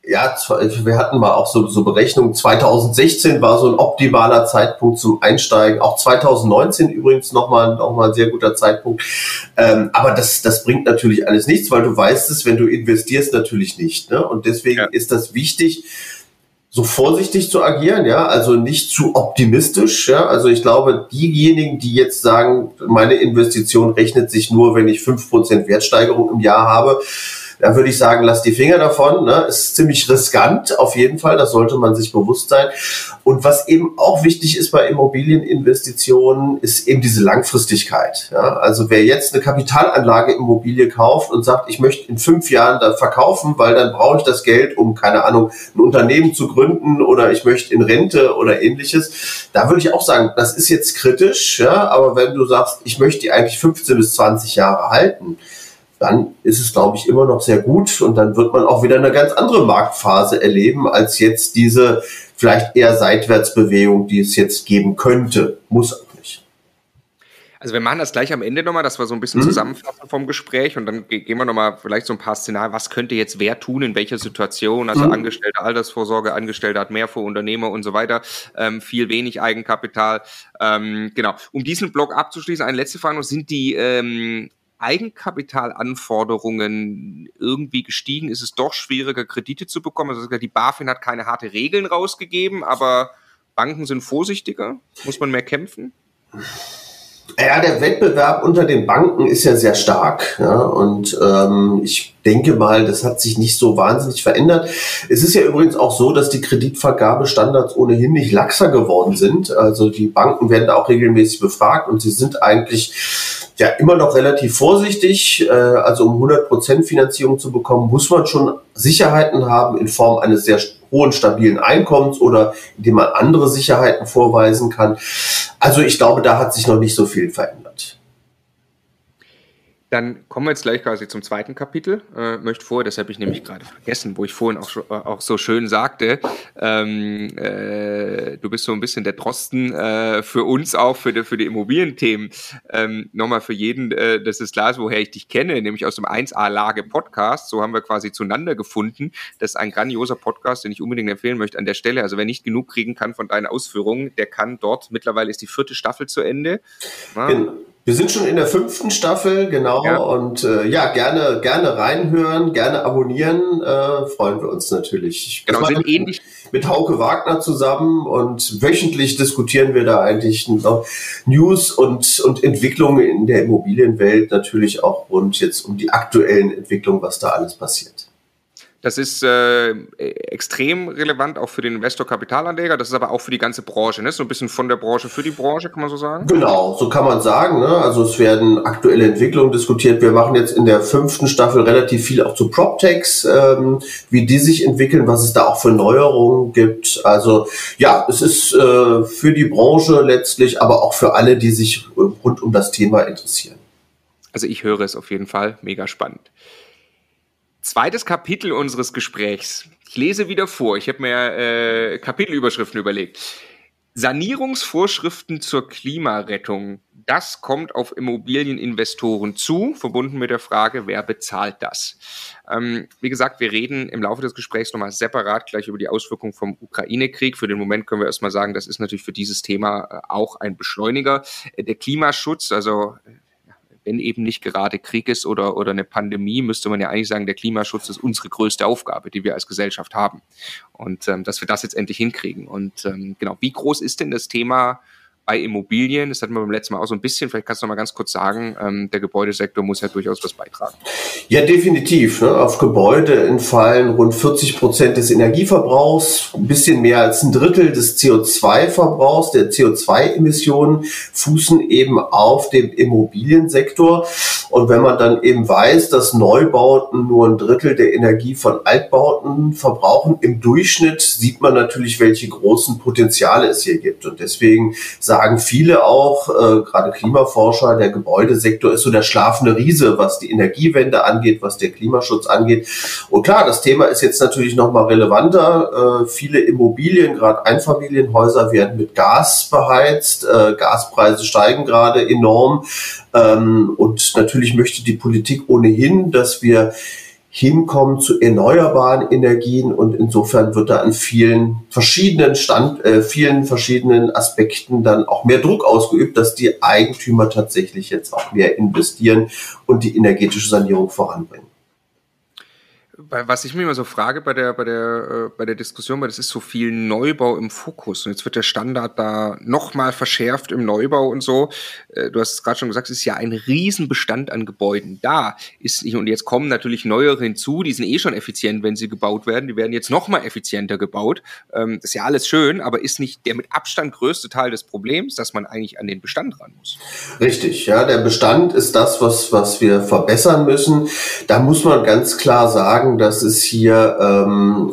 Ja, wir hatten mal auch so Berechnungen. 2016 war so ein optimaler Zeitpunkt zum Einsteigen. Auch 2019 übrigens nochmal ein sehr guter Zeitpunkt. Aber das bringt natürlich alles nichts, weil du weißt es, wenn du investierst, natürlich nicht. Ne? Und deswegen ist das wichtig, so vorsichtig zu agieren, ja, also nicht zu optimistisch, ja, also ich glaube, diejenigen, die jetzt sagen, meine Investition rechnet sich nur, wenn ich 5% Wertsteigerung im Jahr habe, da würde ich sagen, lass die Finger davon, ne? Ist ziemlich riskant, auf jeden Fall, das sollte man sich bewusst sein. Und was eben auch wichtig ist bei Immobilieninvestitionen, ist eben diese Langfristigkeit. Ja? Also wer jetzt eine Kapitalanlage Immobilie kauft und sagt, ich möchte in 5 Jahren da verkaufen, weil dann brauche ich das Geld, um, keine Ahnung, ein Unternehmen zu gründen oder ich möchte in Rente oder ähnliches, da würde ich auch sagen, das ist jetzt kritisch, ja? Aber wenn du sagst, ich möchte die eigentlich 15 bis 20 Jahre halten, dann ist es, glaube ich, immer noch sehr gut und dann wird man auch wieder eine ganz andere Marktphase erleben, als jetzt diese vielleicht eher Seitwärtsbewegung, die es jetzt geben könnte. Muss auch nicht. Also wir machen das gleich am Ende nochmal, dass wir so ein bisschen zusammenfassen vom Gespräch und dann gehen wir nochmal vielleicht so ein paar Szenarien, was könnte jetzt wer tun, in welcher Situation, also Angestellte Altersvorsorge, Angestellte hat mehr vor Unternehmer und so weiter, viel wenig Eigenkapital. Genau, um diesen Block abzuschließen, eine letzte Frage noch, sind die Eigenkapitalanforderungen irgendwie gestiegen? Ist es doch schwieriger, Kredite zu bekommen? Also die BaFin hat keine harte Regeln rausgegeben, aber Banken sind vorsichtiger? Muss man mehr kämpfen? Ja, der Wettbewerb unter den Banken ist ja sehr stark. Ja, und ich denke mal, das hat sich nicht so wahnsinnig verändert. Es ist ja übrigens auch so, dass die Kreditvergabestandards ohnehin nicht laxer geworden sind. Also die Banken werden da auch regelmäßig befragt und sie sind eigentlich ja immer noch relativ vorsichtig. Also um 100% Finanzierung zu bekommen, muss man schon Sicherheiten haben in Form eines sehr hohen, stabilen Einkommens oder indem man andere Sicherheiten vorweisen kann. Also ich glaube, da hat sich noch nicht so viel verändert. Dann kommen wir jetzt gleich quasi zum zweiten Kapitel. Möchte vorher, das habe ich nämlich gerade vergessen, wo ich vorhin auch so schön sagte, du bist so ein bisschen der Drosten für uns auch, für die Immobilienthemen. Nochmal für jeden, das ist klar, woher ich dich kenne, nämlich aus dem 1A-Lage-Podcast. So haben wir quasi zueinander gefunden. Das ist ein grandioser Podcast, den ich unbedingt empfehlen möchte an der Stelle. Also wer nicht genug kriegen kann von deinen Ausführungen, der kann dort, mittlerweile ist die 4. Staffel zu Ende. Genau. Wir sind schon in der 5. Staffel, genau, ja. Und gerne reinhören, gerne abonnieren, freuen wir uns natürlich. Genau, sind ähnlich mit Hauke Wagner zusammen und wöchentlich diskutieren wir da eigentlich noch News und Entwicklungen in der Immobilienwelt, natürlich auch rund jetzt um die aktuellen Entwicklungen, was da alles passiert. Das ist extrem relevant auch für den Investor-Kapitalanleger, das ist aber auch für die ganze Branche, ne? So ein bisschen von der Branche für die Branche, kann man so sagen? Genau, so kann man sagen, ne? Also es werden aktuelle Entwicklungen diskutiert. Wir machen jetzt in der 5. Staffel relativ viel auch zu PropTechs, wie die sich entwickeln, was es da auch für Neuerungen gibt. Also ja, es ist für die Branche letztlich, aber auch für alle, die sich rund um das Thema interessieren. Also ich höre es auf jeden Fall, mega spannend. Zweites Kapitel unseres Gesprächs. Ich lese wieder vor. Ich habe mir Kapitelüberschriften überlegt. Sanierungsvorschriften zur Klimarettung. Das kommt auf Immobilieninvestoren zu, verbunden mit der Frage, wer bezahlt das? Wie gesagt, wir reden im Laufe des Gesprächs nochmal separat gleich über die Auswirkungen vom Ukraine-Krieg. Für den Moment können wir erstmal sagen, das ist natürlich für dieses Thema auch ein Beschleuniger. Der Klimaschutz, also wenn eben nicht gerade Krieg ist oder eine Pandemie, müsste man ja eigentlich sagen, der Klimaschutz ist unsere größte Aufgabe, die wir als Gesellschaft haben. Und dass wir das jetzt endlich hinkriegen. Und genau, wie groß ist denn das Thema bei Immobilien? Das hatten wir beim letzten Mal auch so ein bisschen, vielleicht kannst du noch mal ganz kurz sagen, der Gebäudesektor muss ja durchaus was beitragen. Ja, definitiv. Ne? Auf Gebäude entfallen rund 40% des Energieverbrauchs, ein bisschen mehr als ein Drittel des CO2-Verbrauchs, der CO2-Emissionen fußen eben auf dem Immobiliensektor. Und wenn man dann eben weiß, dass Neubauten nur ein Drittel der Energie von Altbauten verbrauchen im Durchschnitt, sieht man natürlich, welche großen Potenziale es hier gibt. Und deswegen sagen viele auch, gerade Klimaforscher, der Gebäudesektor ist so der schlafende Riese, was die Energiewende angeht, was der Klimaschutz angeht. Und klar, das Thema ist jetzt natürlich nochmal relevanter. Viele Immobilien, gerade Einfamilienhäuser, werden mit Gas beheizt. Gaspreise steigen gerade enorm. Und natürlich möchte die Politik ohnehin, dass wir hinkommen zu erneuerbaren Energien, und insofern wird da an vielen verschiedenen Aspekten dann auch mehr Druck ausgeübt, dass die Eigentümer tatsächlich jetzt auch mehr investieren und die energetische Sanierung voranbringen. Was ich mir immer so frage bei der Diskussion, weil das ist so viel Neubau im Fokus und jetzt wird der Standard da nochmal verschärft im Neubau und so. Du hast es gerade schon gesagt, es ist ja ein Riesenbestand an Gebäuden da. Und jetzt kommen natürlich neuere hinzu, die sind eh schon effizient, wenn sie gebaut werden. Die werden jetzt nochmal effizienter gebaut. Das ist ja alles schön, aber ist nicht der mit Abstand größte Teil des Problems, dass man eigentlich an den Bestand ran muss? Richtig, ja, der Bestand ist das, was wir verbessern müssen. Da muss man ganz klar sagen, dass es hier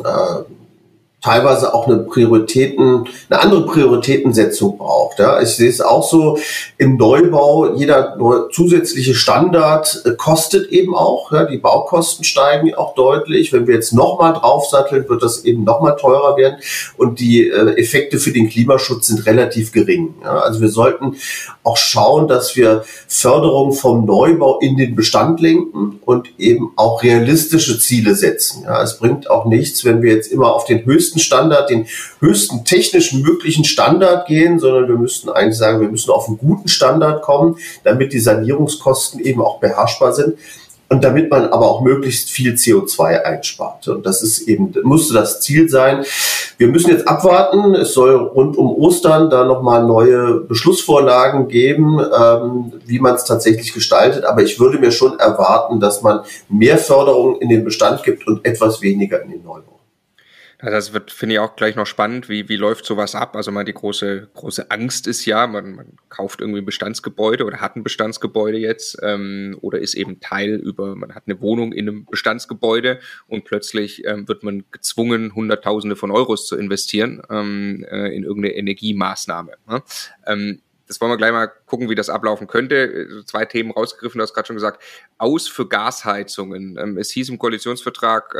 teilweise auch eine andere Prioritätensetzung braucht. Ja. Ich sehe es auch so, im Neubau, jeder zusätzliche Standard kostet eben auch. Ja. Die Baukosten steigen auch deutlich. Wenn wir jetzt nochmal draufsatteln, wird das eben nochmal teurer werden. Und die Effekte für den Klimaschutz sind relativ gering. Ja. Also wir sollten auch schauen, dass wir Förderung vom Neubau in den Bestand lenken und eben auch realistische Ziele setzen. Ja. Es bringt auch nichts, wenn wir jetzt immer auf den höchsten Standard, den höchsten technisch möglichen Standard gehen, sondern wir müssten eigentlich sagen, wir müssen auf einen guten Standard kommen, damit die Sanierungskosten eben auch beherrschbar sind und damit man aber auch möglichst viel CO2 einspart. Und das ist eben, musste das Ziel sein. Wir müssen jetzt abwarten. Es soll rund um Ostern da nochmal neue Beschlussvorlagen geben, wie man es tatsächlich gestaltet. Aber ich würde mir schon erwarten, dass man mehr Förderung in den Bestand gibt und etwas weniger in den Neubau. Das finde ich auch gleich noch spannend, wie läuft sowas ab? Also mal die große Angst ist ja, man kauft irgendwie ein Bestandsgebäude oder hat ein Bestandsgebäude jetzt oder ist eben man hat eine Wohnung in einem Bestandsgebäude und plötzlich wird man gezwungen, Hunderttausende von Euros zu investieren in irgendeine Energiemaßnahme. Ne? Das wollen wir gleich mal gucken, wie das ablaufen könnte. 2 Themen rausgegriffen, du hast gerade schon gesagt, aus für Gasheizungen. Es hieß im Koalitionsvertrag,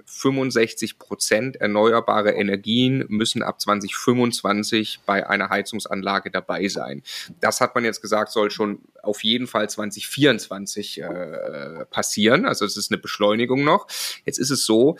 65% erneuerbare Energien müssen ab 2025 bei einer Heizungsanlage dabei sein. Das hat man jetzt gesagt, soll schon auf jeden Fall 2024 passieren. Also es ist eine Beschleunigung noch. Jetzt ist es so,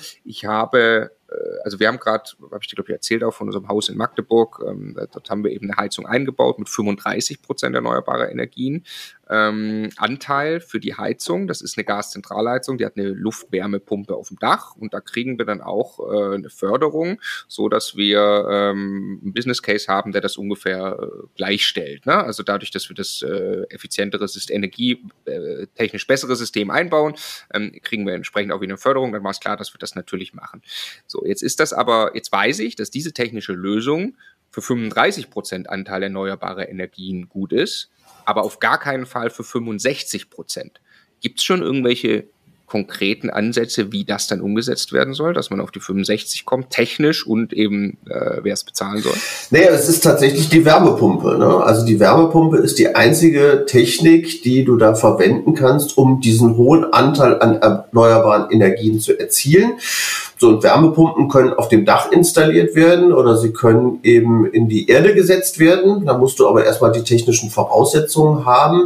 wir haben gerade, habe ich dir glaube ich erzählt, auch von unserem Haus in Magdeburg, dort haben wir eben eine Heizung eingebaut mit 35% erneuerbarer Energien. Anteil für die Heizung, das ist eine Gaszentralheizung, die hat eine Luftwärmepumpe auf dem Dach und da kriegen wir dann auch eine Förderung, so dass wir einen Business Case haben, der das ungefähr gleichstellt. Ne? Also dadurch, dass wir das effizientere energietechnisch bessere System einbauen, kriegen wir entsprechend auch wieder eine Förderung, dann war es klar, dass wir das natürlich machen. So, jetzt weiß ich, dass diese technische Lösung für 35% Anteil erneuerbarer Energien gut ist, aber auf gar keinen Fall für 65%. Gibt es schon irgendwelche konkreten Ansätze, wie das dann umgesetzt werden soll, dass man auf die 65 kommt, technisch und eben wer es bezahlen soll? Naja, das ist tatsächlich die Wärmepumpe. Ne? Also die Wärmepumpe ist die einzige Technik, die du da verwenden kannst, um diesen hohen Anteil an erneuerbaren Energien zu erzielen. So, und Wärmepumpen können auf dem Dach installiert werden oder sie können eben in die Erde gesetzt werden. Da musst du aber erstmal die technischen Voraussetzungen haben.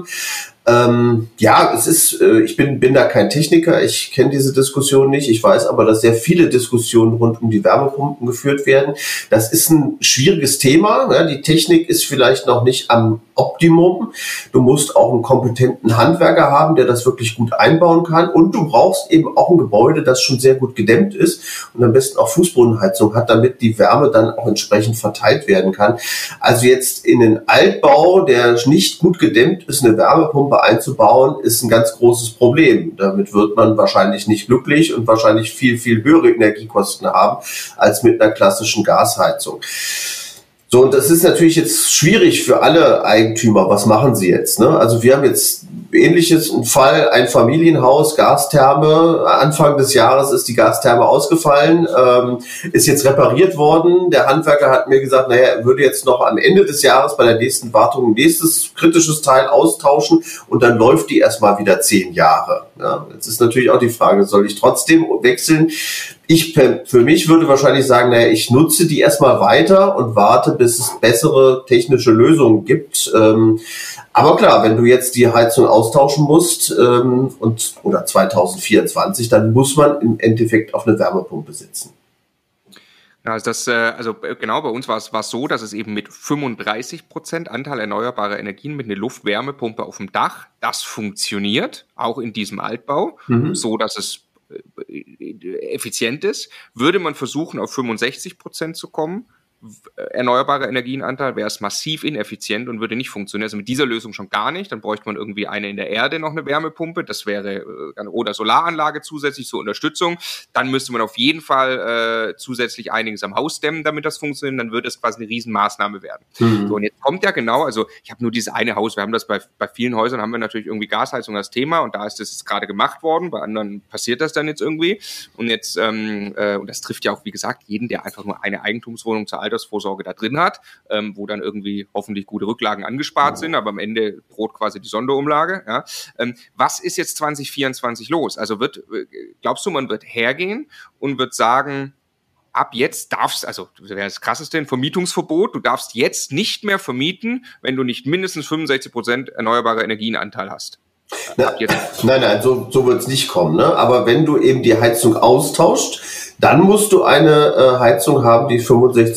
Ich bin da kein Techniker, ich kenne diese Diskussion nicht. Ich weiß aber, dass sehr viele Diskussionen rund um die Wärmepumpen geführt werden. Das ist ein schwieriges Thema. Ne? Die Technik ist vielleicht noch nicht am Optimum. Du musst auch einen kompetenten Handwerker haben, der das wirklich gut einbauen kann. Und du brauchst eben auch ein Gebäude, das schon sehr gut gedämmt ist und am besten auch Fußbodenheizung hat, damit die Wärme dann auch entsprechend verteilt werden kann. Also jetzt in den Altbau, der nicht gut gedämmt ist, eine Wärmepumpe einzubauen, ist ein ganz großes Problem. Damit wird man wahrscheinlich nicht glücklich und wahrscheinlich viel, viel höhere Energiekosten haben als mit einer klassischen Gasheizung. So, und das ist natürlich jetzt schwierig für alle Eigentümer. Was machen sie jetzt? Ne? Also wir haben jetzt ähnliches Fall, ein Familienhaus, Gastherme. Anfang des Jahres ist die Gastherme ausgefallen, ist jetzt repariert worden. Der Handwerker hat mir gesagt, er würde jetzt noch am Ende des Jahres bei der nächsten Wartung ein nächstes kritisches Teil austauschen und dann läuft die erstmal wieder 10 Jahre. Ja, jetzt ist natürlich auch die Frage, soll ich trotzdem wechseln? Für mich würde wahrscheinlich sagen, naja, ich nutze die erstmal weiter und warte, bis es bessere technische Lösungen gibt. Aber klar, wenn du jetzt die Heizung austauschen musst oder 2024, dann muss man im Endeffekt auf eine Wärmepumpe setzen. Also genau, bei uns war es so, dass es eben mit 35% Anteil erneuerbarer Energien mit einer Luft-Wärmepumpe auf dem Dach, das funktioniert, auch in diesem Altbau, so dass es effizient ist. Würde man versuchen, auf 65% zu kommen, erneuerbare Energienanteil, wäre es massiv ineffizient und würde nicht funktionieren. Also mit dieser Lösung schon gar nicht. Dann bräuchte man irgendwie eine in der Erde noch eine Wärmepumpe. Das wäre oder Solaranlage zusätzlich zur Unterstützung. Dann müsste man auf jeden Fall zusätzlich einiges am Haus dämmen, damit das funktioniert. Dann würde es quasi eine Riesenmaßnahme werden. So, und jetzt kommt ja genau, also ich habe nur dieses eine Haus. Wir haben das bei vielen Häusern, haben wir natürlich irgendwie Gasheizung als Thema und da ist das jetzt gerade gemacht worden. Bei anderen passiert das dann jetzt irgendwie. Und jetzt, und das trifft ja auch, wie gesagt, jeden, der einfach nur eine Eigentumswohnung zur Altersvorsorge da drin hat, wo dann irgendwie hoffentlich gute Rücklagen angespart sind, aber am Ende droht quasi die Sonderumlage. Ja. Was ist jetzt 2024 los? Also glaubst du, man wird hergehen und wird sagen, ab jetzt darfst, also das wäre das Krasseste, ein Vermietungsverbot, du darfst jetzt nicht mehr vermieten, wenn du nicht mindestens 65% erneuerbare Energienanteil hast. Nein, so wird es nicht kommen. Ne? Aber wenn du eben die Heizung austauscht, dann musst du eine Heizung haben, die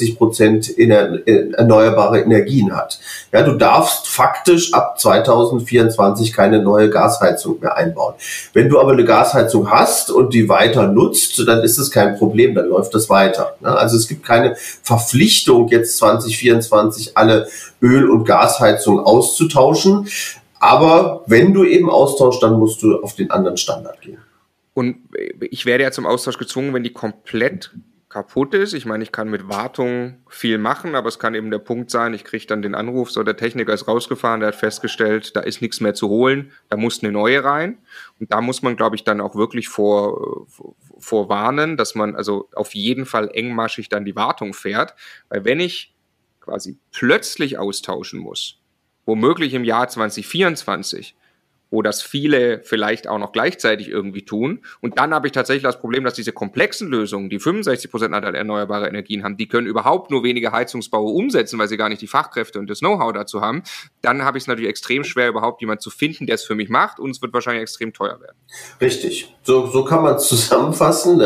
65% erneuerbare Energien hat. Ja, du darfst faktisch ab 2024 keine neue Gasheizung mehr einbauen. Wenn du aber eine Gasheizung hast und die weiter nutzt, dann ist es kein Problem, dann läuft das weiter. Ne? Also es gibt keine Verpflichtung, jetzt 2024 alle Öl- und Gasheizungen auszutauschen. Aber wenn du eben austauschst, dann musst du auf den anderen Standard gehen. Und ich werde ja zum Austausch gezwungen, wenn die komplett kaputt ist. Ich meine, ich kann mit Wartung viel machen, aber es kann eben der Punkt sein, ich kriege dann den Anruf, so der Techniker ist rausgefahren, der hat festgestellt, da ist nichts mehr zu holen, da muss eine neue rein. Und da muss man, glaube ich, dann auch wirklich vorwarnen, dass man also auf jeden Fall engmaschig dann die Wartung fährt. Weil wenn ich quasi plötzlich austauschen muss, womöglich im Jahr 2024, wo das viele vielleicht auch noch gleichzeitig irgendwie tun. Und dann habe ich tatsächlich das Problem, dass diese komplexen Lösungen, die 65% Anteil erneuerbare Energien haben, die können überhaupt nur wenige Heizungsbauer umsetzen, weil sie gar nicht die Fachkräfte und das Know-how dazu haben. Dann habe ich es natürlich extrem schwer, überhaupt jemanden zu finden, der es für mich macht. Und es wird wahrscheinlich extrem teuer werden. Richtig. So kann man es zusammenfassen.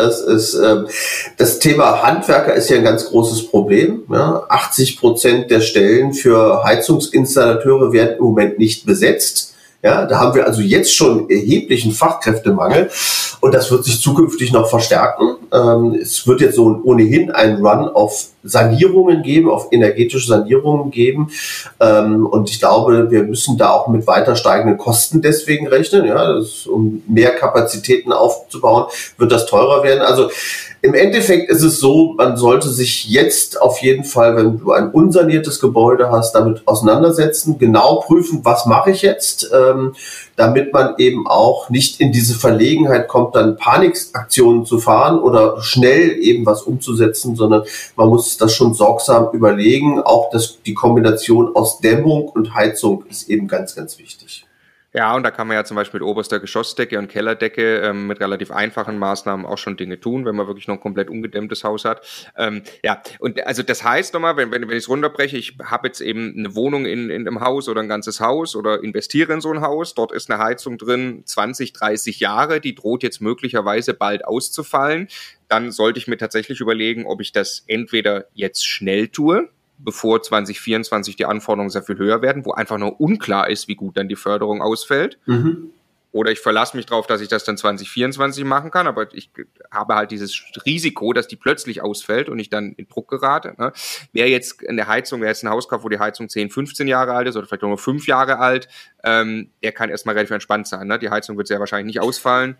Das Thema Handwerker ist ja ein ganz großes Problem. Ja? 80% der Stellen für Heizungsinstallateure werden im Moment nicht besetzt. Ja, da haben wir also jetzt schon erheblichen Fachkräftemangel und das wird sich zukünftig noch verstärken. Es wird jetzt so ohnehin einen Run auf Sanierungen geben, auf energetische Sanierungen geben. Und ich glaube, wir müssen da auch mit weiter steigenden Kosten deswegen rechnen. Ja, um mehr Kapazitäten aufzubauen, wird das teurer werden. Also im Endeffekt ist es so, man sollte sich jetzt auf jeden Fall, wenn du ein unsaniertes Gebäude hast, damit auseinandersetzen, genau prüfen, was mache ich jetzt, damit man eben auch nicht in diese Verlegenheit kommt, dann Panikaktionen zu fahren oder schnell eben was umzusetzen, sondern man muss das schon sorgsam überlegen. Auch die Kombination aus Dämmung und Heizung ist eben ganz, ganz wichtig. Ja, und da kann man ja zum Beispiel mit oberster Geschossdecke und Kellerdecke mit relativ einfachen Maßnahmen auch schon Dinge tun, wenn man wirklich noch ein komplett ungedämmtes Haus hat. Ja, und also das heißt nochmal, wenn ich es runterbreche, ich habe jetzt eben eine Wohnung in einem Haus oder ein ganzes Haus oder investiere in so ein Haus, dort ist eine Heizung drin, 20, 30 Jahre, die droht jetzt möglicherweise bald auszufallen, dann sollte ich mir tatsächlich überlegen, ob ich das entweder jetzt schnell tue, bevor 2024 die Anforderungen sehr viel höher werden, wo einfach noch unklar ist, wie gut dann die Förderung ausfällt. Oder ich verlasse mich darauf, dass ich das dann 2024 machen kann, aber ich habe halt dieses Risiko, dass die plötzlich ausfällt und ich dann in Druck gerate. Ne? Wer jetzt in der Heizung, wer jetzt ein Haus kauft, wo die Heizung 10, 15 Jahre alt ist oder vielleicht nur 5 Jahre alt, der kann erstmal relativ entspannt sein. Ne? Die Heizung wird sehr wahrscheinlich nicht ausfallen.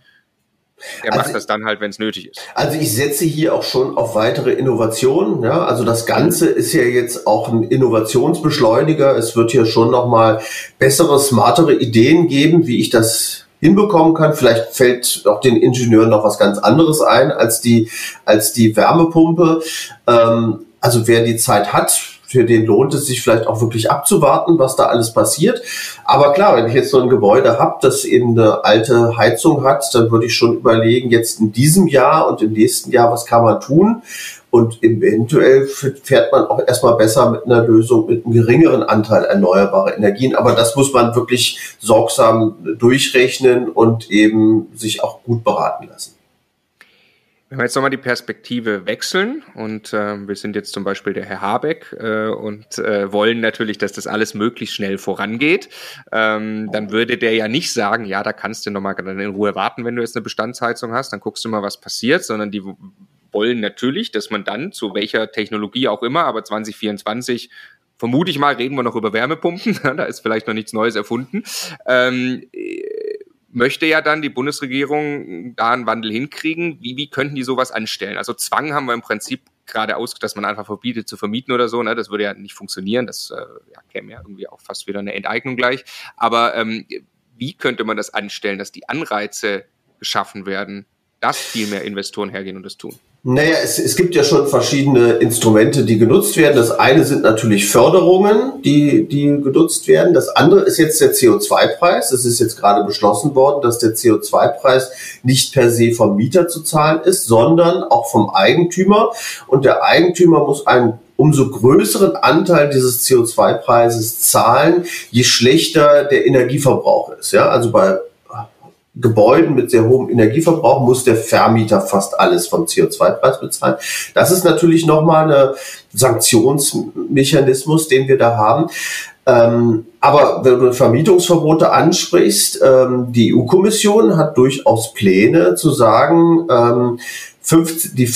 Er macht das dann halt, wenn es nötig ist. Also ich setze hier auch schon auf weitere Innovationen. Ja? Also das Ganze ist ja jetzt auch ein Innovationsbeschleuniger. Es wird hier schon nochmal bessere, smartere Ideen geben, wie ich das hinbekommen kann. Vielleicht fällt auch den Ingenieuren noch was ganz anderes ein als die Wärmepumpe. Also wer die Zeit hat, für den lohnt es sich vielleicht auch wirklich abzuwarten, was da alles passiert. Aber klar, wenn ich jetzt so ein Gebäude habe, das eben eine alte Heizung hat, dann würde ich schon überlegen, jetzt in diesem Jahr und im nächsten Jahr, was kann man tun? Und eventuell fährt man auch erstmal besser mit einer Lösung mit einem geringeren Anteil erneuerbarer Energien. Aber das muss man wirklich sorgsam durchrechnen und eben sich auch gut beraten lassen. Wenn wir jetzt nochmal die Perspektive wechseln und wir sind jetzt zum Beispiel der Herr Habeck und wollen natürlich, dass das alles möglichst schnell vorangeht, dann würde der ja nicht sagen, ja, da kannst du nochmal in Ruhe warten, wenn du jetzt eine Bestandsheizung hast, dann guckst du mal, was passiert, sondern die wollen natürlich, dass man dann zu welcher Technologie auch immer, aber 2024 vermute ich mal, reden wir noch über Wärmepumpen, da ist vielleicht noch nichts Neues erfunden, möchte ja dann die Bundesregierung da einen Wandel hinkriegen. Wie könnten die sowas anstellen? Also Zwang haben wir im Prinzip gerade dass man einfach verbietet zu vermieten oder so, ne? Das würde ja nicht funktionieren, das käme ja irgendwie auch fast wieder eine Enteignung gleich, aber wie könnte man das anstellen, dass die Anreize geschaffen werden, dass viel mehr Investoren hergehen und das tun? Naja, es gibt ja schon verschiedene Instrumente, die genutzt werden. Das eine sind natürlich Förderungen, die genutzt werden. Das andere ist jetzt der CO2-Preis. Es ist jetzt gerade beschlossen worden, dass der CO2-Preis nicht per se vom Mieter zu zahlen ist, sondern auch vom Eigentümer. Und der Eigentümer muss einen umso größeren Anteil dieses CO2-Preises zahlen, je schlechter der Energieverbrauch ist. Ja, also bei Gebäuden mit sehr hohem Energieverbrauch muss der Vermieter fast alles vom CO2-Preis bezahlen. Das ist natürlich nochmal ein Sanktionsmechanismus, den wir da haben. Aber wenn du Vermietungsverbote ansprichst, die EU-Kommission hat durchaus Pläne zu sagen, die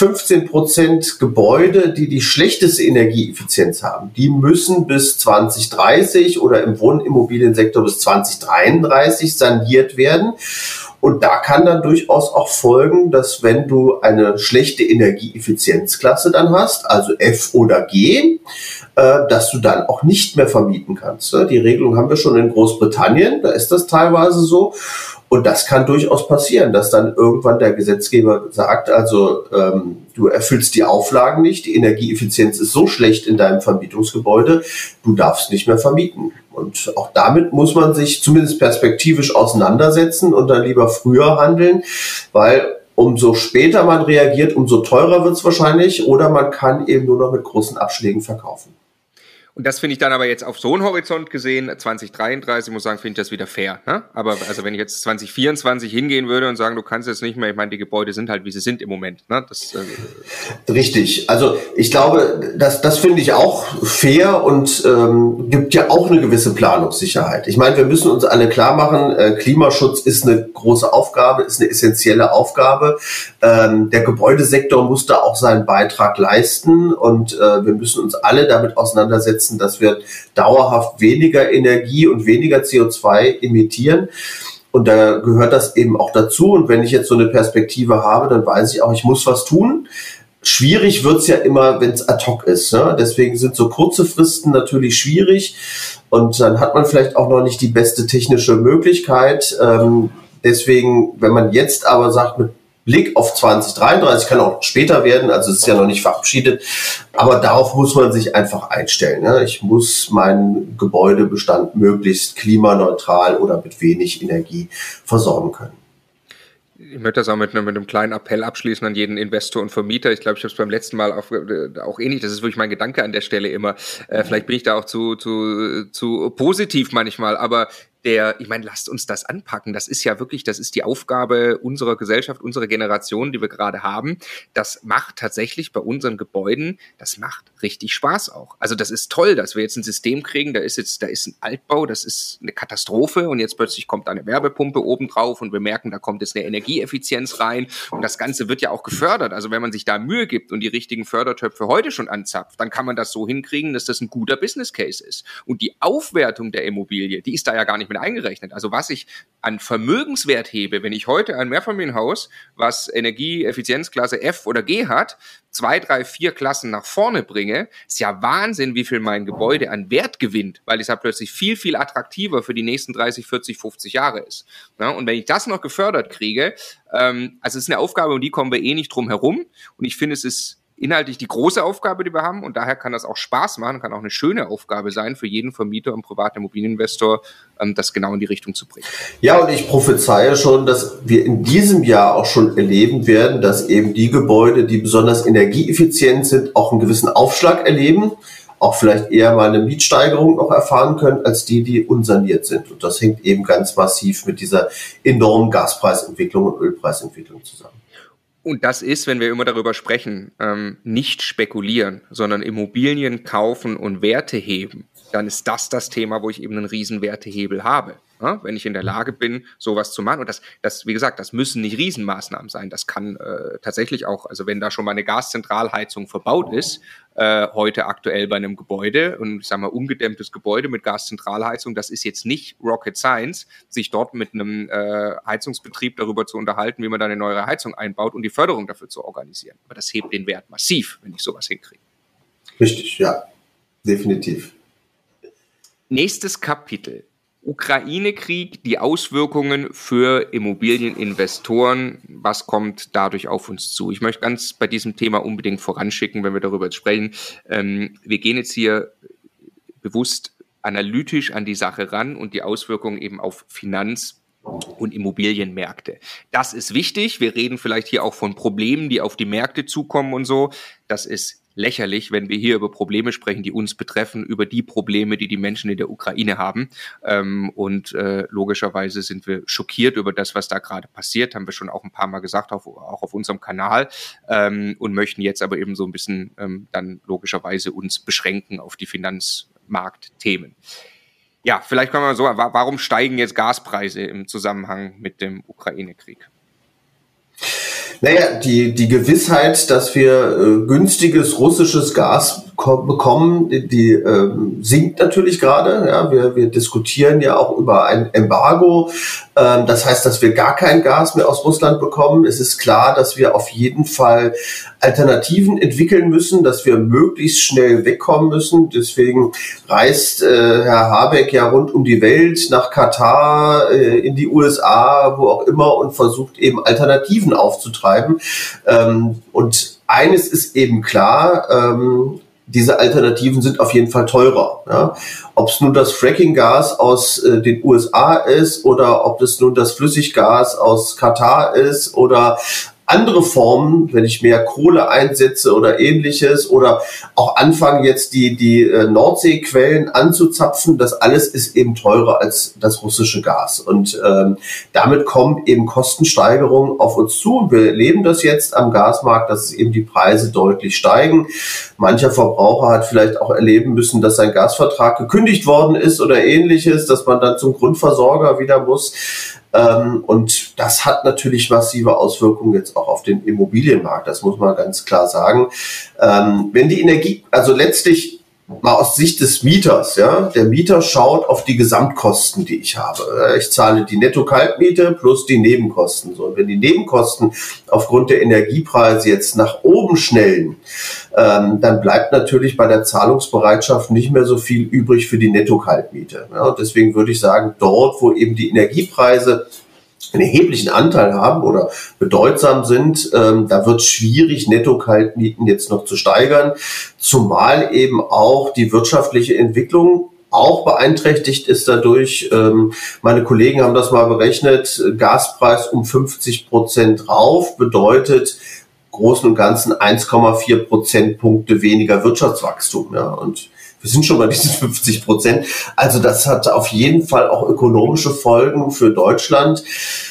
15% Gebäude, die schlechteste Energieeffizienz haben, die müssen bis 2030 oder im Wohnimmobiliensektor bis 2033 saniert werden. Und da kann dann durchaus auch folgen, dass wenn du eine schlechte Energieeffizienzklasse dann hast, also F oder G, dass du dann auch nicht mehr vermieten kannst. Die Regelung haben wir schon in Großbritannien, da ist das teilweise so. Und das kann durchaus passieren, dass dann irgendwann der Gesetzgeber sagt, also du erfüllst die Auflagen nicht, die Energieeffizienz ist so schlecht in deinem Vermietungsgebäude, du darfst nicht mehr vermieten. Und auch damit muss man sich zumindest perspektivisch auseinandersetzen und dann lieber früher handeln, weil umso später man reagiert, umso teurer wird es wahrscheinlich oder man kann eben nur noch mit großen Abschlägen verkaufen. Und das finde ich dann aber jetzt auf so einen Horizont gesehen, 2033, muss sagen, finde ich das wieder fair. Ne? Aber also wenn ich jetzt 2024 hingehen würde und sagen, du kannst jetzt nicht mehr, ich meine, die Gebäude sind halt, wie sie sind im Moment. Ne? Richtig. Also ich glaube, das finde ich auch fair und gibt ja auch eine gewisse Planungssicherheit. Ich meine, wir müssen uns alle klar machen, Klimaschutz ist eine große Aufgabe, ist eine essentielle Aufgabe. Der Gebäudesektor muss da auch seinen Beitrag leisten und wir müssen uns alle damit auseinandersetzen, dass wir dauerhaft weniger Energie und weniger CO2 emittieren. Und da gehört das eben auch dazu. Und wenn ich jetzt so eine Perspektive habe, dann weiß ich auch, ich muss was tun. Schwierig wird's ja immer, wenn es ad hoc ist. Ne? Deswegen sind so kurze Fristen natürlich schwierig. Und dann hat man vielleicht auch noch nicht die beste technische Möglichkeit. Deswegen, wenn man jetzt aber sagt, mit Blick auf 2033, kann auch später werden, also es ist ja noch nicht verabschiedet, aber darauf muss man sich einfach einstellen. Ne? Ich muss meinen Gebäudebestand möglichst klimaneutral oder mit wenig Energie versorgen können. Ich möchte das auch mit einem kleinen Appell abschließen an jeden Investor und Vermieter. Ich glaube, ich habe es beim letzten Mal auch ähnlich. Das ist wirklich mein Gedanke an der Stelle immer. Vielleicht bin ich da auch zu positiv manchmal, aber ich meine, lasst uns das anpacken. Das ist ja wirklich, das ist die Aufgabe unserer Gesellschaft, unserer Generation, die wir gerade haben. Das macht tatsächlich bei unseren Gebäuden, das macht richtig Spaß auch. Also das ist toll, dass wir jetzt ein System kriegen, da ist ein Altbau, das ist eine Katastrophe und jetzt plötzlich kommt da eine Wärmepumpe oben drauf und wir merken, da kommt jetzt eine Energieeffizienz rein und das Ganze wird ja auch gefördert. Also wenn man sich da Mühe gibt und die richtigen Fördertöpfe heute schon anzapft, dann kann man das so hinkriegen, dass das ein guter Business Case ist. Und die Aufwertung der Immobilie, die ist da ja gar nicht mit eingerechnet. Also was ich an Vermögenswert hebe, wenn ich heute ein Mehrfamilienhaus, was Energieeffizienzklasse F oder G hat, 2, 3, 4 Klassen nach vorne bringe, ist ja Wahnsinn, wie viel mein Gebäude an Wert gewinnt, weil es ja plötzlich viel, viel attraktiver für die nächsten 30, 40, 50 Jahre ist. Ja, und wenn ich das noch gefördert kriege, also es ist eine Aufgabe, um die kommen wir eh nicht drum herum und ich finde, es ist inhaltlich die große Aufgabe, die wir haben, und daher kann das auch Spaß machen, kann auch eine schöne Aufgabe sein für jeden Vermieter und privaten Immobilieninvestor, das genau in die Richtung zu bringen. Ja, und ich prophezeie schon, dass wir in diesem Jahr auch schon erleben werden, dass eben die Gebäude, die besonders energieeffizient sind, auch einen gewissen Aufschlag erleben, auch vielleicht eher mal eine Mietsteigerung noch erfahren können, als die unsaniert sind. Und das hängt eben ganz massiv mit dieser enormen Gaspreisentwicklung und Ölpreisentwicklung zusammen. Und das ist, wenn wir immer darüber sprechen, nicht spekulieren, sondern Immobilien kaufen und Werte heben, dann ist das Thema, wo ich eben einen riesen Wertehebel habe. Ja, wenn ich in der Lage bin, sowas zu machen. Und das, wie gesagt, das müssen nicht Riesenmaßnahmen sein. Das kann tatsächlich auch, also wenn da schon mal eine Gaszentralheizung verbaut ist, heute aktuell bei einem Gebäude, und ich sage mal ungedämmtes Gebäude mit Gaszentralheizung, das ist jetzt nicht Rocket Science, sich dort mit einem Heizungsbetrieb darüber zu unterhalten, wie man da eine neue Heizung einbaut und die Förderung dafür zu organisieren. Aber das hebt den Wert massiv, wenn ich sowas hinkriege. Richtig, ja, definitiv. Nächstes Kapitel. Ukraine-Krieg, die Auswirkungen für Immobilieninvestoren, was kommt dadurch auf uns zu? Ich möchte ganz bei diesem Thema unbedingt voranschicken, wenn wir darüber jetzt sprechen. Wir gehen jetzt hier bewusst analytisch an die Sache ran und die Auswirkungen eben auf Finanz- und Immobilienmärkte. Das ist wichtig. Wir reden vielleicht hier auch von Problemen, die auf die Märkte zukommen und so. Das ist lächerlich, wenn wir hier über Probleme sprechen, die uns betreffen, über die Probleme, die Menschen in der Ukraine haben. Und logischerweise sind wir schockiert über das, was da gerade passiert, haben wir schon auch ein paar Mal gesagt, auch auf unserem Kanal, und möchten jetzt aber eben so ein bisschen dann logischerweise uns beschränken auf die Finanzmarktthemen. Ja, vielleicht kann man so, warum steigen jetzt Gaspreise im Zusammenhang mit dem Ukraine-Krieg? Naja, die Gewissheit, dass wir günstiges russisches Gas bekommen, die sinkt natürlich gerade. Ja, wir diskutieren ja auch über ein Embargo. Das heißt, dass wir gar kein Gas mehr aus Russland bekommen. Es ist klar, dass wir auf jeden Fall Alternativen entwickeln müssen, dass wir möglichst schnell wegkommen müssen. Deswegen reist Herr Habeck ja rund um die Welt, nach Katar, in die USA, wo auch immer, und versucht eben Alternativen aufzutreiben. Und eines ist eben klar, diese Alternativen sind auf jeden Fall teurer. Ja? Ob es nun das Fracking-Gas aus den USA ist oder ob es nun das Flüssiggas aus Katar ist oder andere Formen, wenn ich mehr Kohle einsetze oder ähnliches, oder auch anfangen jetzt die Nordseequellen anzuzapfen, das alles ist eben teurer als das russische Gas. Und damit kommen eben Kostensteigerungen auf uns zu. Und wir erleben das jetzt am Gasmarkt, dass eben die Preise deutlich steigen. Mancher Verbraucher hat vielleicht auch erleben müssen, dass sein Gasvertrag gekündigt worden ist oder ähnliches, dass man dann zum Grundversorger wieder muss. Und das hat natürlich massive Auswirkungen jetzt auch auf den Immobilienmarkt, das muss man ganz klar sagen. Wenn die Energie, also letztlich mal aus Sicht des Mieters, ja, der Mieter schaut auf die Gesamtkosten, die ich habe. Ich zahle die Netto-Kaltmiete plus die Nebenkosten. So, und wenn die Nebenkosten aufgrund der Energiepreise jetzt nach oben schnellen, dann bleibt natürlich bei der Zahlungsbereitschaft nicht mehr so viel übrig für die Netto-Kaltmiete. Ja, und deswegen würde ich sagen, dort, wo eben die Energiepreise einen erheblichen Anteil haben oder bedeutsam sind, da wird es schwierig, Netto-Kaltmieten jetzt noch zu steigern, zumal eben auch die wirtschaftliche Entwicklung auch beeinträchtigt ist dadurch. Meine Kollegen haben das mal berechnet, Gaspreis um 50% rauf bedeutet Großen und Ganzen 1,4 Prozentpunkte weniger Wirtschaftswachstum. Ja, und wir sind schon bei diesen 50%. Also das hat auf jeden Fall auch ökonomische Folgen für Deutschland.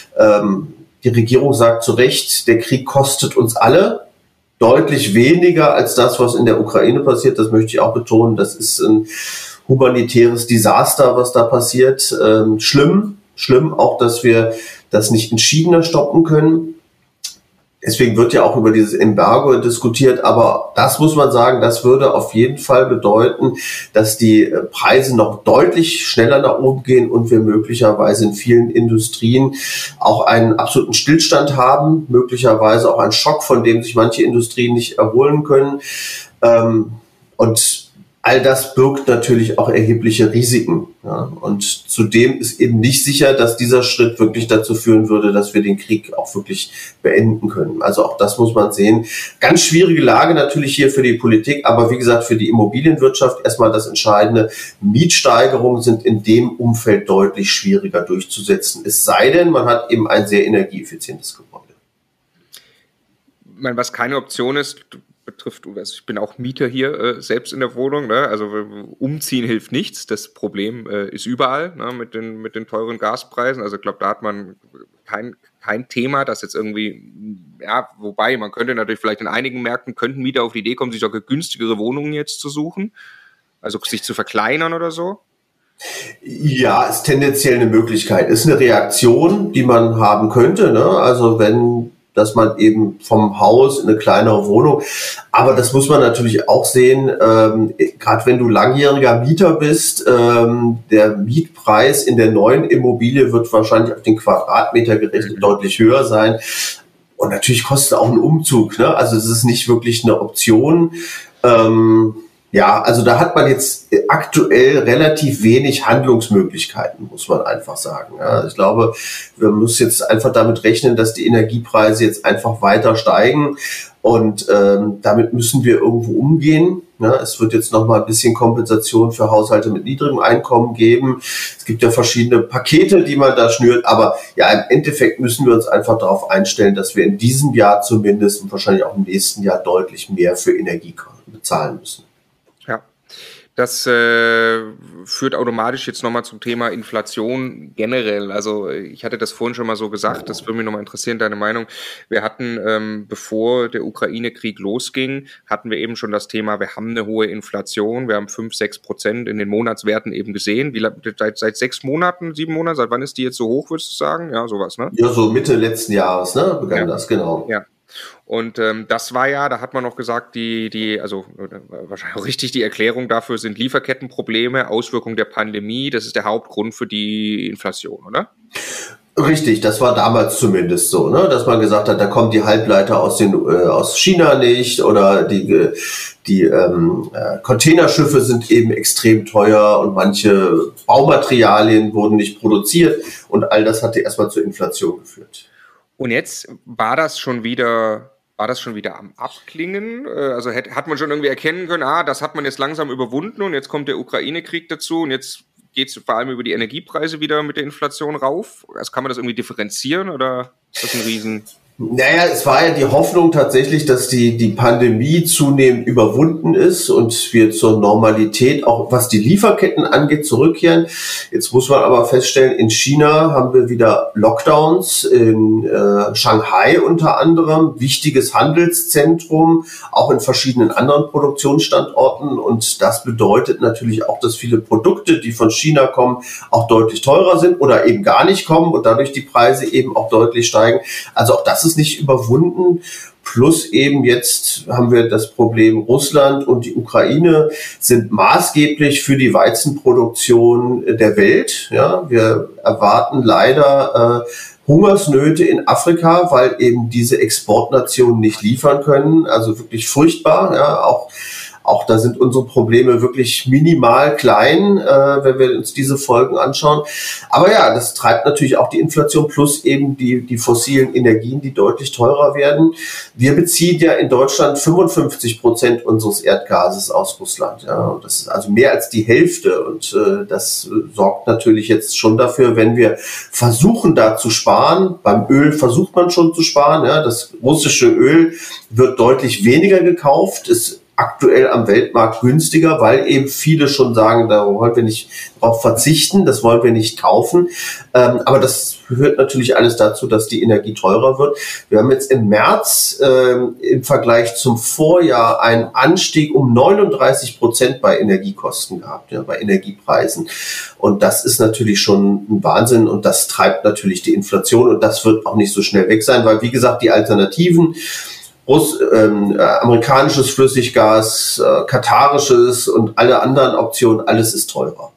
Die Regierung sagt zu Recht, der Krieg kostet uns alle deutlich weniger als das, was in der Ukraine passiert. Das möchte ich auch betonen. Das ist ein humanitäres Desaster, was da passiert. Schlimm auch, dass wir das nicht entschiedener stoppen können. Deswegen wird ja auch über dieses Embargo diskutiert, aber das muss man sagen, das würde auf jeden Fall bedeuten, dass die Preise noch deutlich schneller nach oben gehen und wir möglicherweise in vielen Industrien auch einen absoluten Stillstand haben, möglicherweise auch einen Schock, von dem sich manche Industrien nicht erholen können. Und all das birgt natürlich auch erhebliche Risiken. Ja. Und zudem ist eben nicht sicher, dass dieser Schritt wirklich dazu führen würde, dass wir den Krieg auch wirklich beenden können. Also auch das muss man sehen. Ganz schwierige Lage natürlich hier für die Politik, aber wie gesagt, für die Immobilienwirtschaft erstmal das Entscheidende. Mietsteigerungen sind in dem Umfeld deutlich schwieriger durchzusetzen. Es sei denn, man hat eben ein sehr energieeffizientes Gebäude. Ich meine, was keine Option ist, betrifft, also ich bin auch Mieter hier selbst in der Wohnung, ne? Also umziehen hilft nichts, das Problem ist überall, ne? Mit den teuren Gaspreisen, also ich glaube, da hat man kein Thema, das jetzt irgendwie, ja, wobei man könnte natürlich vielleicht in einigen Märkten, könnten Mieter auf die Idee kommen, sich sogar günstigere Wohnungen jetzt zu suchen, also sich zu verkleinern oder so. Ja, ist tendenziell eine Möglichkeit, ist eine Reaktion, die man haben könnte, ne? Also dass man eben vom Haus in eine kleinere Wohnung, aber das muss man natürlich auch sehen, gerade wenn du langjähriger Mieter bist, der Mietpreis in der neuen Immobilie wird wahrscheinlich auf den Quadratmeter gerechnet deutlich höher sein und natürlich kostet auch ein Umzug, ne? Also es ist nicht wirklich eine Option. Ja, also da hat man jetzt aktuell relativ wenig Handlungsmöglichkeiten, muss man einfach sagen. Ja, ich glaube, wir müssen jetzt einfach damit rechnen, dass die Energiepreise jetzt einfach weiter steigen und damit müssen wir irgendwo umgehen. Ja, es wird jetzt noch mal ein bisschen Kompensation für Haushalte mit niedrigem Einkommen geben. Es gibt ja verschiedene Pakete, die man da schnürt, aber ja, im Endeffekt müssen wir uns einfach darauf einstellen, dass wir in diesem Jahr zumindest und wahrscheinlich auch im nächsten Jahr deutlich mehr für Energie bezahlen müssen. Ja, das führt automatisch jetzt nochmal zum Thema Inflation generell. Also ich hatte das vorhin schon mal so gesagt, das würde mich nochmal interessieren, deine Meinung. Wir hatten, bevor der Ukraine-Krieg losging, hatten wir eben schon das Thema, wir haben eine hohe Inflation, wir haben 5-6% in den Monatswerten eben gesehen. Seit 6 Monaten, 7 Monaten, seit wann ist die jetzt so hoch, würdest du sagen? Ja, sowas, ne? Ja, so Mitte letzten Jahres, ne, begann das, genau. Ja. Und das war ja, da hat man noch gesagt, also wahrscheinlich auch richtig, die Erklärung dafür sind Lieferkettenprobleme, Auswirkungen der Pandemie, das ist der Hauptgrund für die Inflation, oder? Richtig, das war damals zumindest so, ne, dass man gesagt hat, da kommen die Halbleiter aus China nicht oder die Containerschiffe sind eben extrem teuer und manche Baumaterialien wurden nicht produziert und all das hatte erstmal zur Inflation geführt. Und jetzt war das schon wieder am Abklingen? Also hat man schon irgendwie erkennen können, das hat man jetzt langsam überwunden und jetzt kommt der Ukraine-Krieg dazu und jetzt geht es vor allem über die Energiepreise wieder mit der Inflation rauf? Also kann man das irgendwie differenzieren oder ist das ein Riesen... Naja, es war ja die Hoffnung tatsächlich, dass die Pandemie zunehmend überwunden ist und wir zur Normalität, auch was die Lieferketten angeht, zurückkehren. Jetzt muss man aber feststellen, in China haben wir wieder Lockdowns, in Shanghai unter anderem, wichtiges Handelszentrum, auch in verschiedenen anderen Produktionsstandorten. Und das bedeutet natürlich auch, dass viele Produkte, die von China kommen, auch deutlich teurer sind oder eben gar nicht kommen und dadurch die Preise eben auch deutlich steigen. Also auch das ist nicht überwunden. Plus eben jetzt haben wir das Problem, Russland und die Ukraine sind maßgeblich für die Weizenproduktion der Welt. Ja, wir erwarten leider Hungersnöte in Afrika, weil eben diese Exportnationen nicht liefern können. Also wirklich furchtbar. Ja, auch da sind unsere Probleme wirklich minimal klein, wenn wir uns diese Folgen anschauen. Aber ja, das treibt natürlich auch die Inflation plus eben die fossilen Energien, die deutlich teurer werden. Wir beziehen ja in Deutschland 55% unseres Erdgases aus Russland. Ja, und das ist also mehr als die Hälfte. Und das sorgt natürlich jetzt schon dafür, wenn wir versuchen, da zu sparen. Beim Öl versucht man schon zu sparen. Ja, das russische Öl wird deutlich weniger gekauft, ist aktuell am Weltmarkt günstiger, weil eben viele schon sagen, da wollen wir nicht drauf verzichten, das wollen wir nicht kaufen. Aber das führt natürlich alles dazu, dass die Energie teurer wird. Wir haben jetzt im März im Vergleich zum Vorjahr einen Anstieg um 39% bei Energiekosten gehabt, ja, bei Energiepreisen. Und das ist natürlich schon ein Wahnsinn und das treibt natürlich die Inflation und das wird auch nicht so schnell weg sein, weil wie gesagt, die Alternativen, amerikanisches Flüssiggas, katarisches und alle anderen Optionen, alles ist teurer.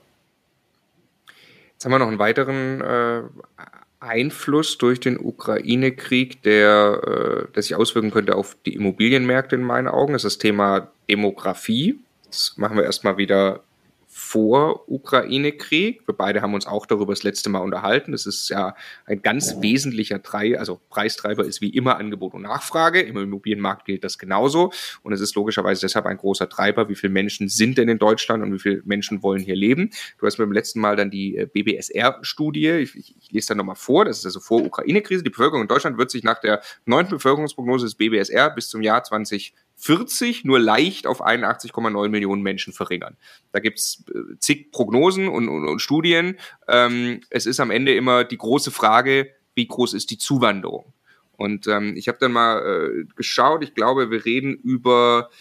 Jetzt haben wir noch einen weiteren Einfluss durch den Ukraine-Krieg, der sich auswirken könnte auf die Immobilienmärkte in meinen Augen. Das ist das Thema Demografie. Das machen wir erstmal wieder vor Ukraine-Krieg. Wir beide haben uns auch darüber das letzte Mal unterhalten. Das ist ja ein ganz wesentlicher Preistreiber ist wie immer Angebot und Nachfrage. Im Immobilienmarkt gilt das genauso. Und es ist logischerweise deshalb ein großer Treiber. Wie viele Menschen sind denn in Deutschland und wie viele Menschen wollen hier leben? Du hast mir beim letzten Mal dann die BBSR-Studie, ich lese da nochmal vor, das ist also vor Ukraine-Krise. Die Bevölkerung in Deutschland wird sich nach der 9. Bevölkerungsprognose des BBSR bis zum Jahr 2040 nur leicht auf 81,9 Millionen Menschen verringern. Da gibt's zig Prognosen und Studien. Es ist am Ende immer die große Frage, wie groß ist die Zuwanderung? Und ich habe dann mal geschaut, ich glaube, wir reden über,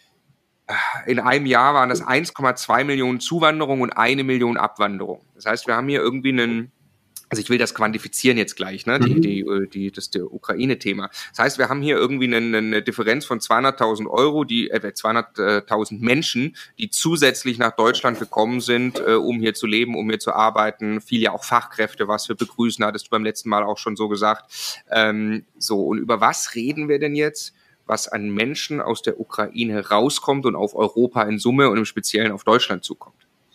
in einem Jahr waren das 1,2 Millionen Zuwanderung und 1 Million Abwanderung. Das heißt, wir haben hier irgendwie also ich will das quantifizieren jetzt gleich, ne? Das ist der Ukraine-Thema. Das heißt, wir haben hier irgendwie eine Differenz von 200.000 Euro, 200.000 Menschen, die zusätzlich nach Deutschland gekommen sind, um hier zu leben, um hier zu arbeiten. Viel ja auch Fachkräfte, was wir begrüßen, hattest du beim letzten Mal auch schon so gesagt. Und über was reden wir denn jetzt, was an Menschen aus der Ukraine rauskommt und auf Europa in Summe und im Speziellen auf Deutschland zukommt?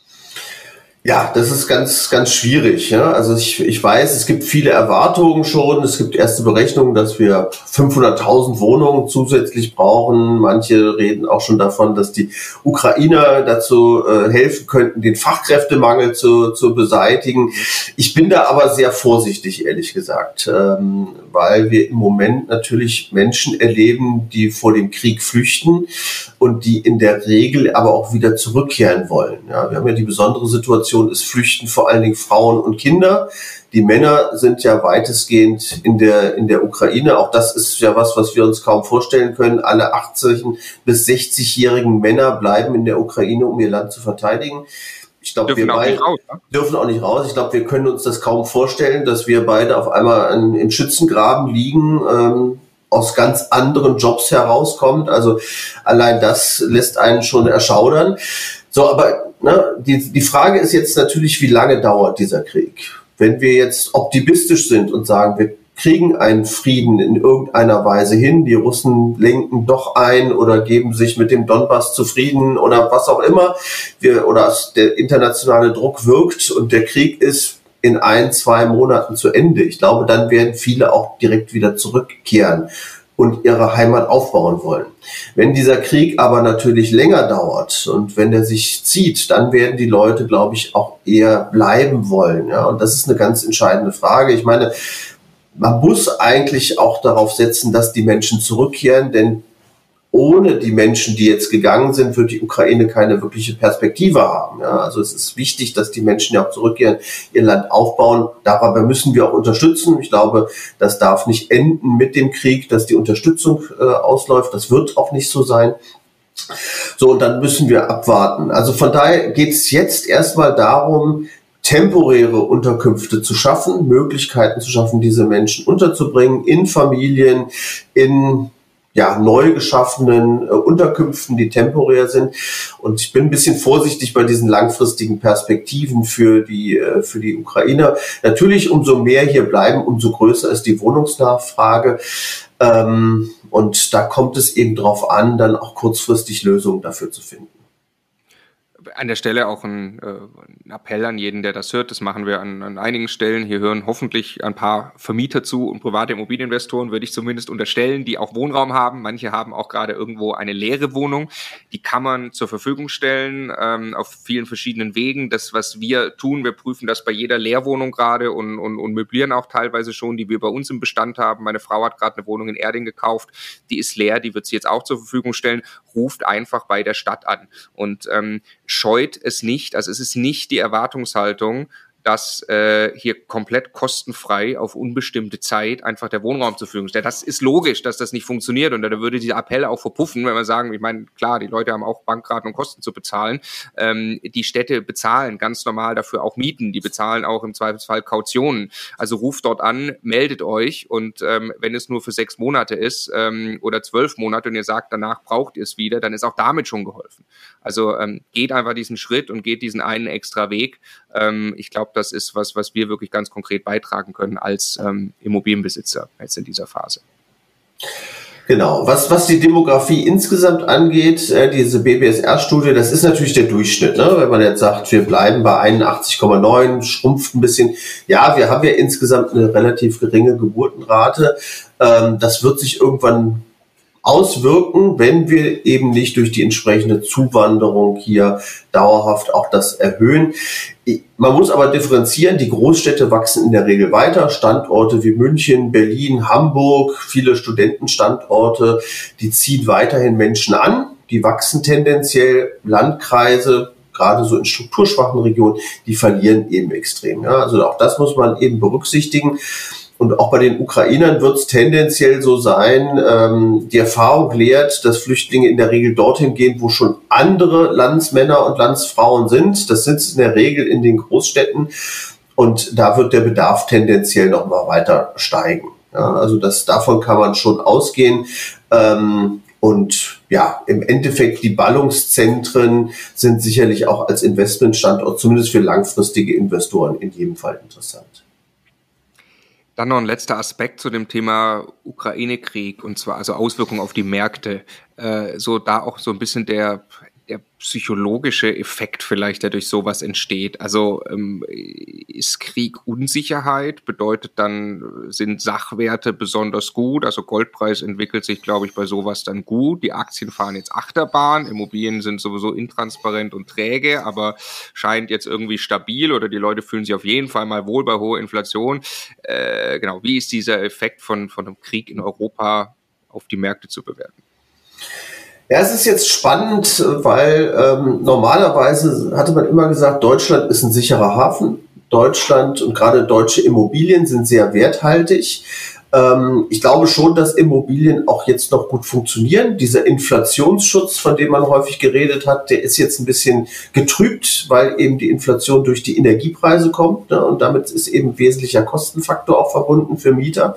Ja, das ist ganz, ganz schwierig. Ja? Also ich weiß, es gibt viele Erwartungen schon. Es gibt erste Berechnungen, dass wir 500.000 Wohnungen zusätzlich brauchen. Manche reden auch schon davon, dass die Ukrainer dazu helfen könnten, den Fachkräftemangel zu beseitigen. Ich bin da aber sehr vorsichtig, ehrlich gesagt, weil wir im Moment natürlich Menschen erleben, die vor dem Krieg flüchten und die in der Regel aber auch wieder zurückkehren wollen. Ja, wir haben ja die besondere Situation, es flüchten vor allen Dingen Frauen und Kinder. Die Männer sind ja weitestgehend in der Ukraine. Auch das ist ja was wir uns kaum vorstellen können. Alle 18- bis 60-jährigen Männer bleiben in der Ukraine, um ihr Land zu verteidigen. Ich glaube, wir beide dürfen auch nicht raus. Ich glaube, wir können uns das kaum vorstellen, dass wir beide auf einmal im Schützengraben liegen, aus ganz anderen Jobs herauskommt. Also allein das lässt einen schon erschaudern. So, aber die Frage ist jetzt natürlich, wie lange dauert dieser Krieg? Wenn wir jetzt optimistisch sind und sagen, wir kriegen einen Frieden in irgendeiner Weise hin, die Russen lenken doch ein oder geben sich mit dem Donbass zufrieden oder was auch immer, oder der internationale Druck wirkt und der Krieg ist in 1-2 Monaten zu Ende. Ich glaube, dann werden viele auch direkt wieder zurückkehren und ihre Heimat aufbauen wollen. Wenn dieser Krieg aber natürlich länger dauert und wenn der sich zieht, dann werden die Leute, glaube ich, auch eher bleiben wollen. Ja? Und das ist eine ganz entscheidende Frage. Ich meine, man muss eigentlich auch darauf setzen, dass die Menschen zurückkehren, denn ohne die Menschen, die jetzt gegangen sind, wird die Ukraine keine wirkliche Perspektive haben. Ja, also es ist wichtig, dass die Menschen ja auch zurückkehren, ihr Land aufbauen. Dabei müssen wir auch unterstützen. Ich glaube, das darf nicht enden mit dem Krieg, dass die Unterstützung ausläuft. Das wird auch nicht so sein. So, und dann müssen wir abwarten. Also von daher geht es jetzt erstmal darum, temporäre Unterkünfte zu schaffen, Möglichkeiten zu schaffen, diese Menschen unterzubringen in Familien, in neu geschaffenen Unterkünften, die temporär sind. Und ich bin ein bisschen vorsichtig bei diesen langfristigen Perspektiven für die Ukrainer. Natürlich, umso mehr hier bleiben, umso größer ist die Wohnungsnachfrage. Und da kommt es eben drauf an, dann auch kurzfristig Lösungen dafür zu finden. An der Stelle auch ein Appell an jeden, der das hört. Das machen wir an einigen Stellen. Hier hören hoffentlich ein paar Vermieter zu und private Immobilieninvestoren, würde ich zumindest unterstellen, die auch Wohnraum haben. Manche haben auch gerade irgendwo eine leere Wohnung. Die kann man zur Verfügung stellen auf vielen verschiedenen Wegen. Das, was wir tun, wir prüfen das bei jeder Leerwohnung gerade und möblieren auch teilweise schon, die wir bei uns im Bestand haben. Meine Frau hat gerade eine Wohnung in Erding gekauft. Die ist leer, die wird sie jetzt auch zur Verfügung stellen. Ruft einfach bei der Stadt an und scheut es nicht, also es ist nicht die Erwartungshaltung, dass hier komplett kostenfrei auf unbestimmte Zeit einfach der Wohnraum zur Verfügung steht. Das ist logisch, dass das nicht funktioniert und da würde dieser Appell auch verpuffen, wenn wir sagen, ich meine, klar, die Leute haben auch Bankraten und Kosten zu bezahlen. Die Städte bezahlen ganz normal dafür auch Mieten, die bezahlen auch im Zweifelsfall Kautionen. Also ruft dort an, meldet euch und wenn es nur für 6 Monate ist oder 12 Monate und ihr sagt, danach braucht ihr es wieder, dann ist auch damit schon geholfen. Also geht einfach diesen Schritt und geht diesen einen extra Weg. Ich glaube, das ist was wir wirklich ganz konkret beitragen können als Immobilienbesitzer jetzt in dieser Phase. Genau. Was die Demografie insgesamt angeht, diese BBSR-Studie, das ist natürlich der Durchschnitt. Ne? Wenn man jetzt sagt, wir bleiben bei 81,9, schrumpft ein bisschen. Ja, wir haben ja insgesamt eine relativ geringe Geburtenrate. Das wird sich irgendwann auswirken, wenn wir eben nicht durch die entsprechende Zuwanderung hier dauerhaft auch das erhöhen. Man muss aber differenzieren, die Großstädte wachsen in der Regel weiter. Standorte wie München, Berlin, Hamburg, viele Studentenstandorte, die ziehen weiterhin Menschen an. Die wachsen tendenziell. Landkreise, gerade so in strukturschwachen Regionen, die verlieren eben extrem. Ja, also auch das muss man eben berücksichtigen. Und auch bei den Ukrainern wird es tendenziell so sein, die Erfahrung lehrt, dass Flüchtlinge in der Regel dorthin gehen, wo schon andere Landsmänner und Landsfrauen sind. Das sind in der Regel in den Großstädten. Und da wird der Bedarf tendenziell nochmal weiter steigen. Ja, also davon kann man schon ausgehen. Und ja, im Endeffekt die Ballungszentren sind sicherlich auch als Investmentstandort, zumindest für langfristige Investoren, in jedem Fall interessant. Dann noch ein letzter Aspekt zu dem Thema Ukraine-Krieg, und zwar also Auswirkungen auf die Märkte. So da auch so ein bisschen der psychologische Effekt vielleicht, der durch sowas entsteht. Also ist Krieg Unsicherheit, bedeutet dann, sind Sachwerte besonders gut. Also Goldpreis entwickelt sich, glaube ich, bei sowas dann gut. Die Aktien fahren jetzt Achterbahn, Immobilien sind sowieso intransparent und träge, aber scheint jetzt irgendwie stabil oder die Leute fühlen sich auf jeden Fall mal wohl bei hoher Inflation. Genau, wie ist dieser Effekt von einem Krieg in Europa auf die Märkte zu bewerten? Ja, es ist jetzt spannend, weil normalerweise hatte man immer gesagt, Deutschland ist ein sicherer Hafen. Deutschland und gerade deutsche Immobilien sind sehr werthaltig. Ich glaube schon, dass Immobilien auch jetzt noch gut funktionieren. Dieser Inflationsschutz, von dem man häufig geredet hat, der ist jetzt ein bisschen getrübt, weil eben die Inflation durch die Energiepreise kommt, ne? Und damit ist eben ein wesentlicher Kostenfaktor auch verbunden für Mieter.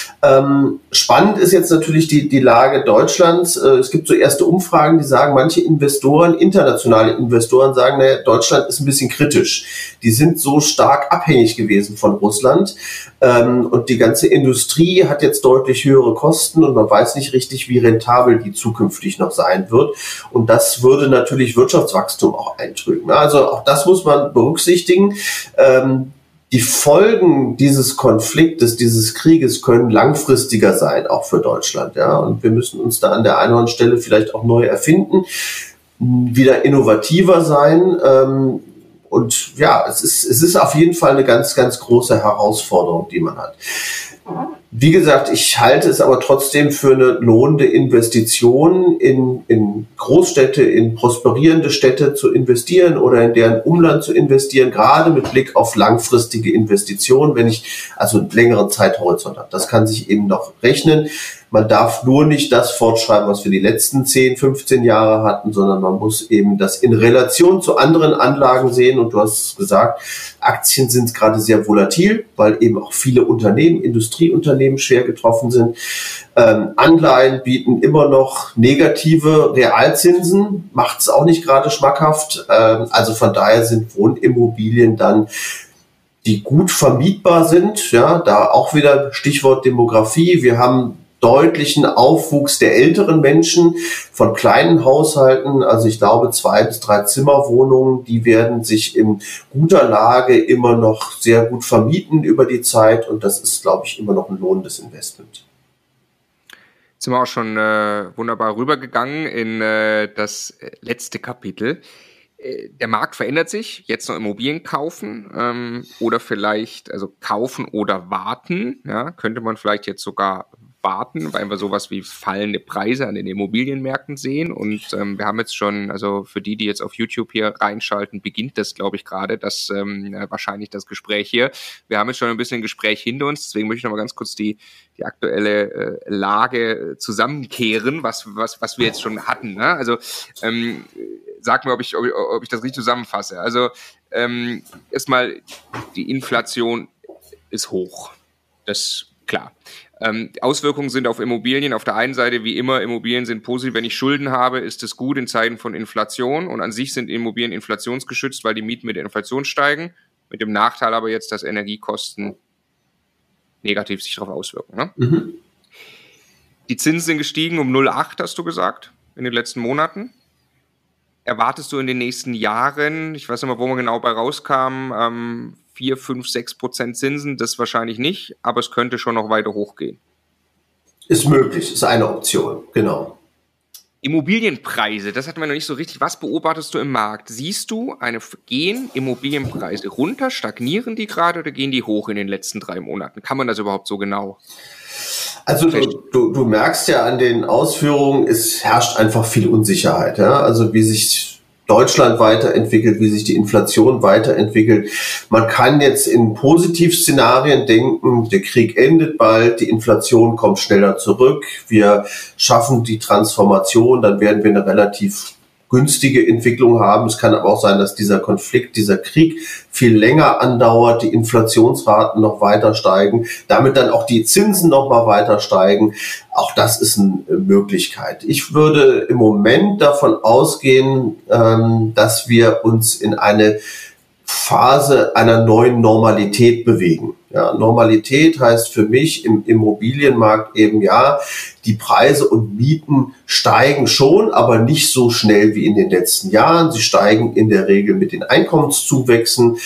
Spannend ist jetzt natürlich die Lage Deutschlands. Es gibt so erste Umfragen, die sagen, manche Investoren, internationale Investoren sagen, naja, Deutschland ist ein bisschen kritisch. Die sind so stark abhängig gewesen von Russland. Und die ganze Industrie hat jetzt deutlich höhere Kosten und man weiß nicht richtig, wie rentabel die zukünftig noch sein wird. Und das würde natürlich Wirtschaftswachstum auch eintrüben. Also auch das muss man berücksichtigen. Die Folgen dieses Konfliktes, dieses Krieges können langfristiger sein, auch für Deutschland. Ja? Und wir müssen uns da an der einen oder anderen Stelle vielleicht auch neu erfinden, wieder innovativer sein. Und ja, es ist auf jeden Fall eine ganz, ganz große Herausforderung, die man hat. Wie gesagt, ich halte es aber trotzdem für eine lohnende Investition, in Großstädte, in prosperierende Städte zu investieren oder in deren Umland zu investieren, gerade mit Blick auf langfristige Investitionen, wenn ich also einen längeren Zeithorizont habe. Das kann sich eben noch rechnen. Man darf nur nicht das fortschreiben, was wir die letzten 10, 15 Jahre hatten, sondern man muss eben das in Relation zu anderen Anlagen sehen. Und du hast gesagt, Aktien sind gerade sehr volatil, weil eben auch viele Unternehmen, Industrieunternehmen schwer getroffen sind. Anleihen bieten immer noch negative Realzinsen, macht es auch nicht gerade schmackhaft. Also von daher sind Wohnimmobilien dann, die gut vermietbar sind. Ja, da auch wieder Stichwort Demografie. Wir haben deutlichen Aufwuchs der älteren Menschen von kleinen Haushalten. Also ich glaube 2 bis 3 Zimmerwohnungen, die werden sich in guter Lage immer noch sehr gut vermieten über die Zeit. Und das ist, glaube ich, immer noch ein lohnendes Investment. Jetzt sind wir auch schon wunderbar rübergegangen in das letzte Kapitel. Der Markt verändert sich, jetzt noch Immobilien kaufen oder vielleicht, also kaufen oder warten, ja, könnte man vielleicht jetzt sogar warten, weil wir sowas wie fallende Preise an den Immobilienmärkten sehen und wir haben jetzt schon, also für die jetzt auf YouTube hier reinschalten, beginnt das, glaube ich, gerade, das wahrscheinlich das Gespräch hier. Wir haben jetzt schon ein bisschen Gespräch hinter uns, deswegen möchte ich noch mal ganz kurz die aktuelle Lage zusammenkehren, was wir jetzt schon hatten, ne? Also sag mir, ob ich das richtig zusammenfasse. Also erstmal, die Inflation ist hoch. Das ist klar. Die Auswirkungen sind auf Immobilien. Auf der einen Seite, wie immer, Immobilien sind positiv. Wenn ich Schulden habe, ist es gut in Zeiten von Inflation. Und an sich sind Immobilien inflationsgeschützt, weil die Mieten mit der Inflation steigen. Mit dem Nachteil aber jetzt, dass Energiekosten negativ sich darauf auswirken. Ne? Mhm. Die Zinsen sind gestiegen um 0,8, hast du gesagt, in den letzten Monaten. Erwartest du in den nächsten Jahren, ich weiß nicht mal, wo man genau bei rauskam, 4, 5, 6% Zinsen? Das wahrscheinlich nicht, aber es könnte schon noch weiter hochgehen. Ist möglich, ist eine Option, genau. Immobilienpreise, das hatten wir noch nicht so richtig. Was beobachtest du im Markt? Siehst du, gehen Immobilienpreise runter, stagnieren die gerade oder gehen die hoch in den letzten 3 Monaten? Kann man das überhaupt so genau? Also du merkst ja an den Ausführungen, es herrscht einfach viel Unsicherheit. Ja? Also wie sich Deutschland weiterentwickelt, wie sich die Inflation weiterentwickelt. Man kann jetzt in Positivszenarien denken, der Krieg endet bald, die Inflation kommt schneller zurück, wir schaffen die Transformation, dann werden wir eine relativ günstige Entwicklung haben. Es kann aber auch sein, dass dieser Konflikt, dieser Krieg viel länger andauert, die Inflationsraten noch weiter steigen, damit dann auch die Zinsen noch mal weiter steigen. Auch das ist eine Möglichkeit. Ich würde im Moment davon ausgehen, dass wir uns in eine Phase einer neuen Normalität bewegen. Ja, Normalität heißt für mich im Immobilienmarkt eben, ja, die Preise und Mieten steigen schon, aber nicht so schnell wie in den letzten Jahren. Sie steigen in der Regel mit den Einkommenszuwächsen.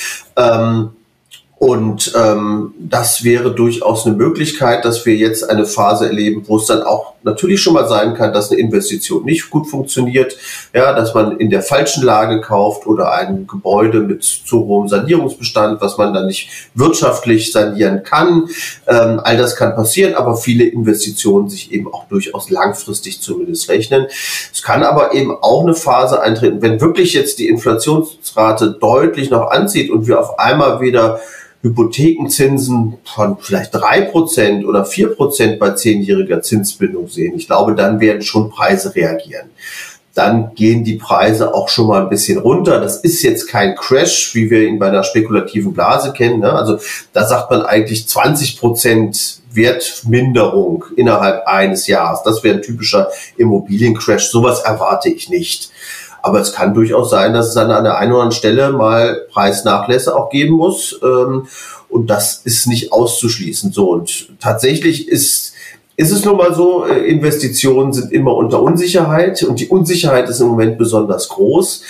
Das wäre durchaus eine Möglichkeit, dass wir jetzt eine Phase erleben, wo es dann auch natürlich schon mal sein kann, dass eine Investition nicht gut funktioniert, ja, dass man in der falschen Lage kauft oder ein Gebäude mit zu hohem Sanierungsbestand, was man dann nicht wirtschaftlich sanieren kann. All das kann passieren, aber viele Investitionen sich eben auch durchaus langfristig zumindest rechnen. Es kann aber eben auch eine Phase eintreten, wenn wirklich jetzt die Inflationsrate deutlich noch anzieht und wir auf einmal wieder Hypothekenzinsen von vielleicht 3% oder 4% bei 10-jähriger Zinsbindung sehen. Ich glaube, dann werden schon Preise reagieren. Dann gehen die Preise auch schon mal ein bisschen runter. Das ist jetzt kein Crash, wie wir ihn bei einer spekulativen Blase kennen. Also da sagt man eigentlich 20% Wertminderung innerhalb eines Jahres. Das wäre ein typischer Immobiliencrash. Sowas erwarte ich nicht. Aber es kann durchaus sein, dass es an einer oder anderen Stelle mal Preisnachlässe auch geben muss. Und das ist nicht auszuschließen. So, und tatsächlich ist es nun mal so, Investitionen sind immer unter Unsicherheit. Und die Unsicherheit ist im Moment besonders groß.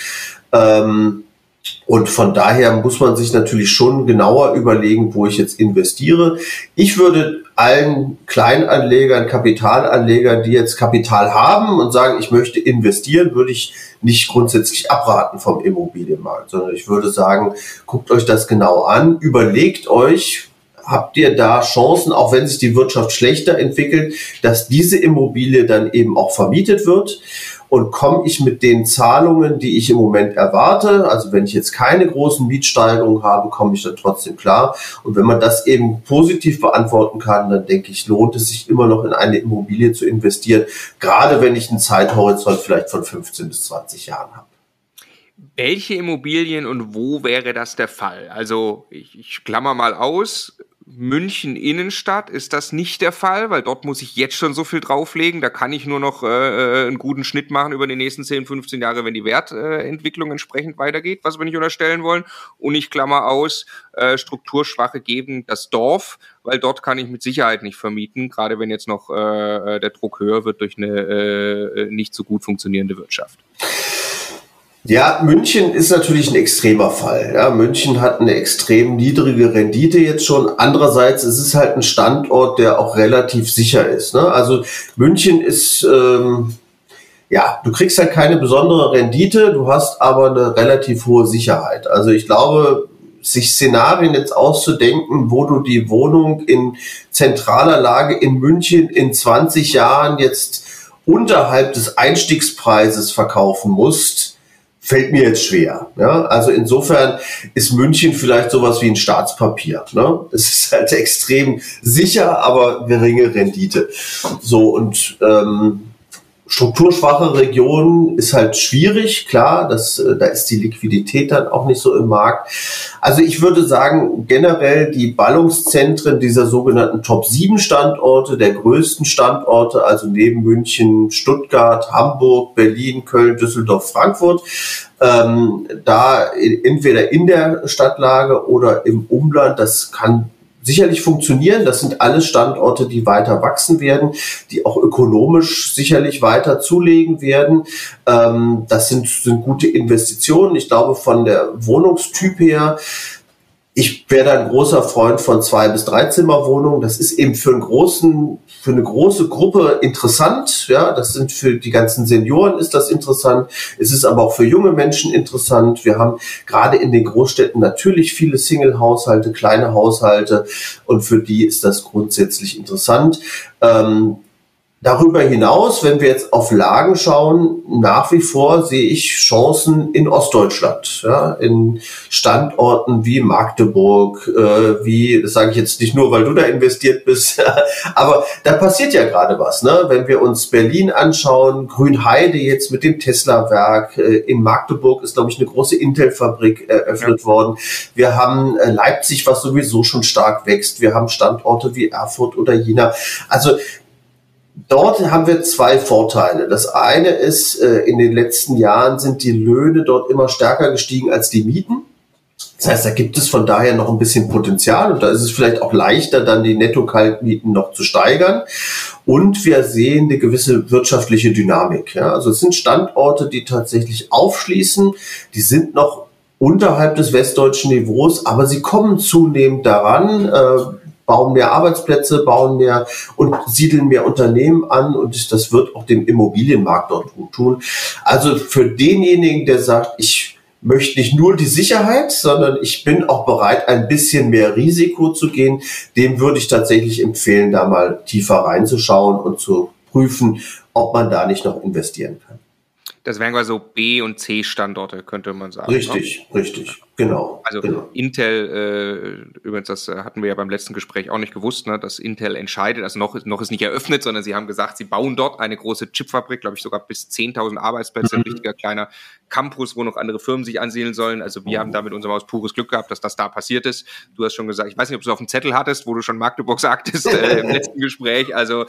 Und von daher muss man sich natürlich schon genauer überlegen, wo ich jetzt investiere. Ich würde allen Kleinanlegern, Kapitalanlegern, die jetzt Kapital haben und sagen, ich möchte investieren, würde ich nicht grundsätzlich abraten vom Immobilienmarkt, sondern ich würde sagen, guckt euch das genau an, überlegt euch, habt ihr da Chancen, auch wenn sich die Wirtschaft schlechter entwickelt, dass diese Immobilie dann eben auch vermietet wird? Und komme ich mit den Zahlungen, die ich im Moment erwarte, also wenn ich jetzt keine großen Mietsteigerungen habe, komme ich dann trotzdem klar. Und wenn man das eben positiv beantworten kann, dann denke ich, lohnt es sich immer noch in eine Immobilie zu investieren, gerade wenn ich einen Zeithorizont vielleicht von 15 bis 20 Jahren habe. Welche Immobilien und wo wäre das der Fall? Also ich klammer mal aus, München Innenstadt ist das nicht der Fall, weil dort muss ich jetzt schon so viel drauflegen. Da kann ich nur noch einen guten Schnitt machen über die nächsten 10, 15 Jahre, wenn die Wertentwicklung entsprechend weitergeht, was wir nicht unterstellen wollen. Und ich klammer aus, strukturschwache Gegend das Dorf, weil dort kann ich mit Sicherheit nicht vermieten, gerade wenn jetzt noch der Druck höher wird durch eine nicht so gut funktionierende Wirtschaft. Ja, München ist natürlich ein extremer Fall. Ja, München hat eine extrem niedrige Rendite jetzt schon. Andererseits ist es halt ein Standort, der auch relativ sicher ist. Ne? Also München ist, du kriegst halt keine besondere Rendite, du hast aber eine relativ hohe Sicherheit. Also ich glaube, sich Szenarien jetzt auszudenken, wo du die Wohnung in zentraler Lage in München in 20 Jahren jetzt unterhalb des Einstiegspreises verkaufen musst, fällt mir jetzt schwer. Ja? Also insofern ist München vielleicht sowas wie ein Staatspapier. Ne? Es ist halt extrem sicher, aber geringe Rendite. So, und strukturschwache Regionen ist halt schwierig, klar, da ist die Liquidität dann auch nicht so im Markt. Also ich würde sagen, generell die Ballungszentren dieser sogenannten Top-7 Standorte, der größten Standorte, also neben München, Stuttgart, Hamburg, Berlin, Köln, Düsseldorf, Frankfurt, da entweder in der Stadtlage oder im Umland, das kann sicherlich funktionieren. Das sind alles Standorte, die weiter wachsen werden, die auch ökonomisch sicherlich weiter zulegen werden. Das sind gute Investitionen. Ich glaube, von der Wohnungstyp her, ich wäre da ein großer Freund von 2 bis 3 Zimmerwohnungen. Das ist eben für eine große Gruppe interessant. Ja, das sind für die ganzen Senioren ist das interessant. Es ist aber auch für junge Menschen interessant. Wir haben gerade in den Großstädten natürlich viele Single-Haushalte, kleine Haushalte, und für die ist das grundsätzlich interessant. Darüber hinaus, wenn wir jetzt auf Lagen schauen, nach wie vor sehe ich Chancen in Ostdeutschland, ja, in Standorten wie Magdeburg, das sage ich jetzt nicht nur, weil du da investiert bist, aber da passiert ja gerade was, ne? Wenn wir uns Berlin anschauen, Grünheide jetzt mit dem Tesla-Werk, in Magdeburg ist, glaube ich, eine große Intel-Fabrik eröffnet worden. Wir haben Leipzig, was sowieso schon stark wächst. Wir haben Standorte wie Erfurt oder Jena. Also dort haben wir 2 Vorteile. Das eine ist, in den letzten Jahren sind die Löhne dort immer stärker gestiegen als die Mieten. Das heißt, da gibt es von daher noch ein bisschen Potenzial und da ist es vielleicht auch leichter, dann die Netto-Kaltmieten noch zu steigern. Und wir sehen eine gewisse wirtschaftliche Dynamik. Ja? Also es sind Standorte, die tatsächlich aufschließen. Die sind noch unterhalb des westdeutschen Niveaus, aber sie kommen zunehmend daran, bauen mehr Arbeitsplätze, bauen mehr und siedeln mehr Unternehmen an, und das wird auch dem Immobilienmarkt dort gut tun. Also für denjenigen, der sagt, ich möchte nicht nur die Sicherheit, sondern ich bin auch bereit, ein bisschen mehr Risiko zu gehen, dem würde ich tatsächlich empfehlen, da mal tiefer reinzuschauen und zu prüfen, ob man da nicht noch investieren kann. Das wären quasi so B- und C-Standorte, könnte man sagen. Richtig, ne? Richtig, genau. Also genau. Intel, übrigens, das hatten wir ja beim letzten Gespräch auch nicht gewusst, ne, dass Intel entscheidet, also noch ist nicht eröffnet, sondern sie haben gesagt, sie bauen dort eine große Chipfabrik, glaube ich sogar bis 10.000 Arbeitsplätze, ein richtiger kleiner Campus, wo noch andere Firmen sich ansiedeln sollen. Also wir haben da mit unserem Haus pures Glück gehabt, dass das da passiert ist. Du hast schon gesagt, ich weiß nicht, ob du es auf dem Zettel hattest, wo du schon Magdeburg sagtest im letzten Gespräch. Also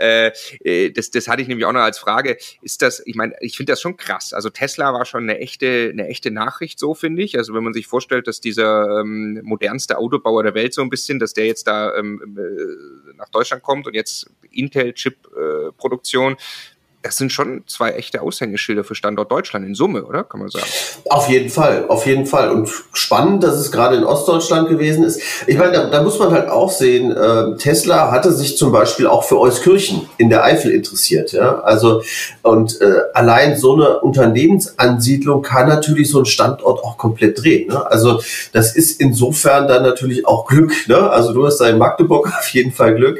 das hatte ich nämlich auch noch als Frage. Ist das, ich meine, ich finde das schon krass. Also Tesla war schon eine echte Nachricht, so finde ich. Also wenn man sich vorstellt, dass dieser modernste Autobauer der Welt so ein bisschen, dass der jetzt da nach Deutschland kommt und jetzt Intel-Chip-Produktion, das sind schon 2 echte Aushängeschilder für Standort Deutschland in Summe, oder? Kann man sagen. Auf jeden Fall. Und spannend, dass es gerade in Ostdeutschland gewesen ist. Ich meine, da muss man halt auch sehen, Tesla hatte sich zum Beispiel auch für Euskirchen in der Eifel interessiert. Ja? Also, und allein so eine Unternehmensansiedlung kann natürlich so einen Standort auch komplett drehen. Ne? Also das ist insofern dann natürlich auch Glück. Ne? Also du hast da in Magdeburg auf jeden Fall Glück.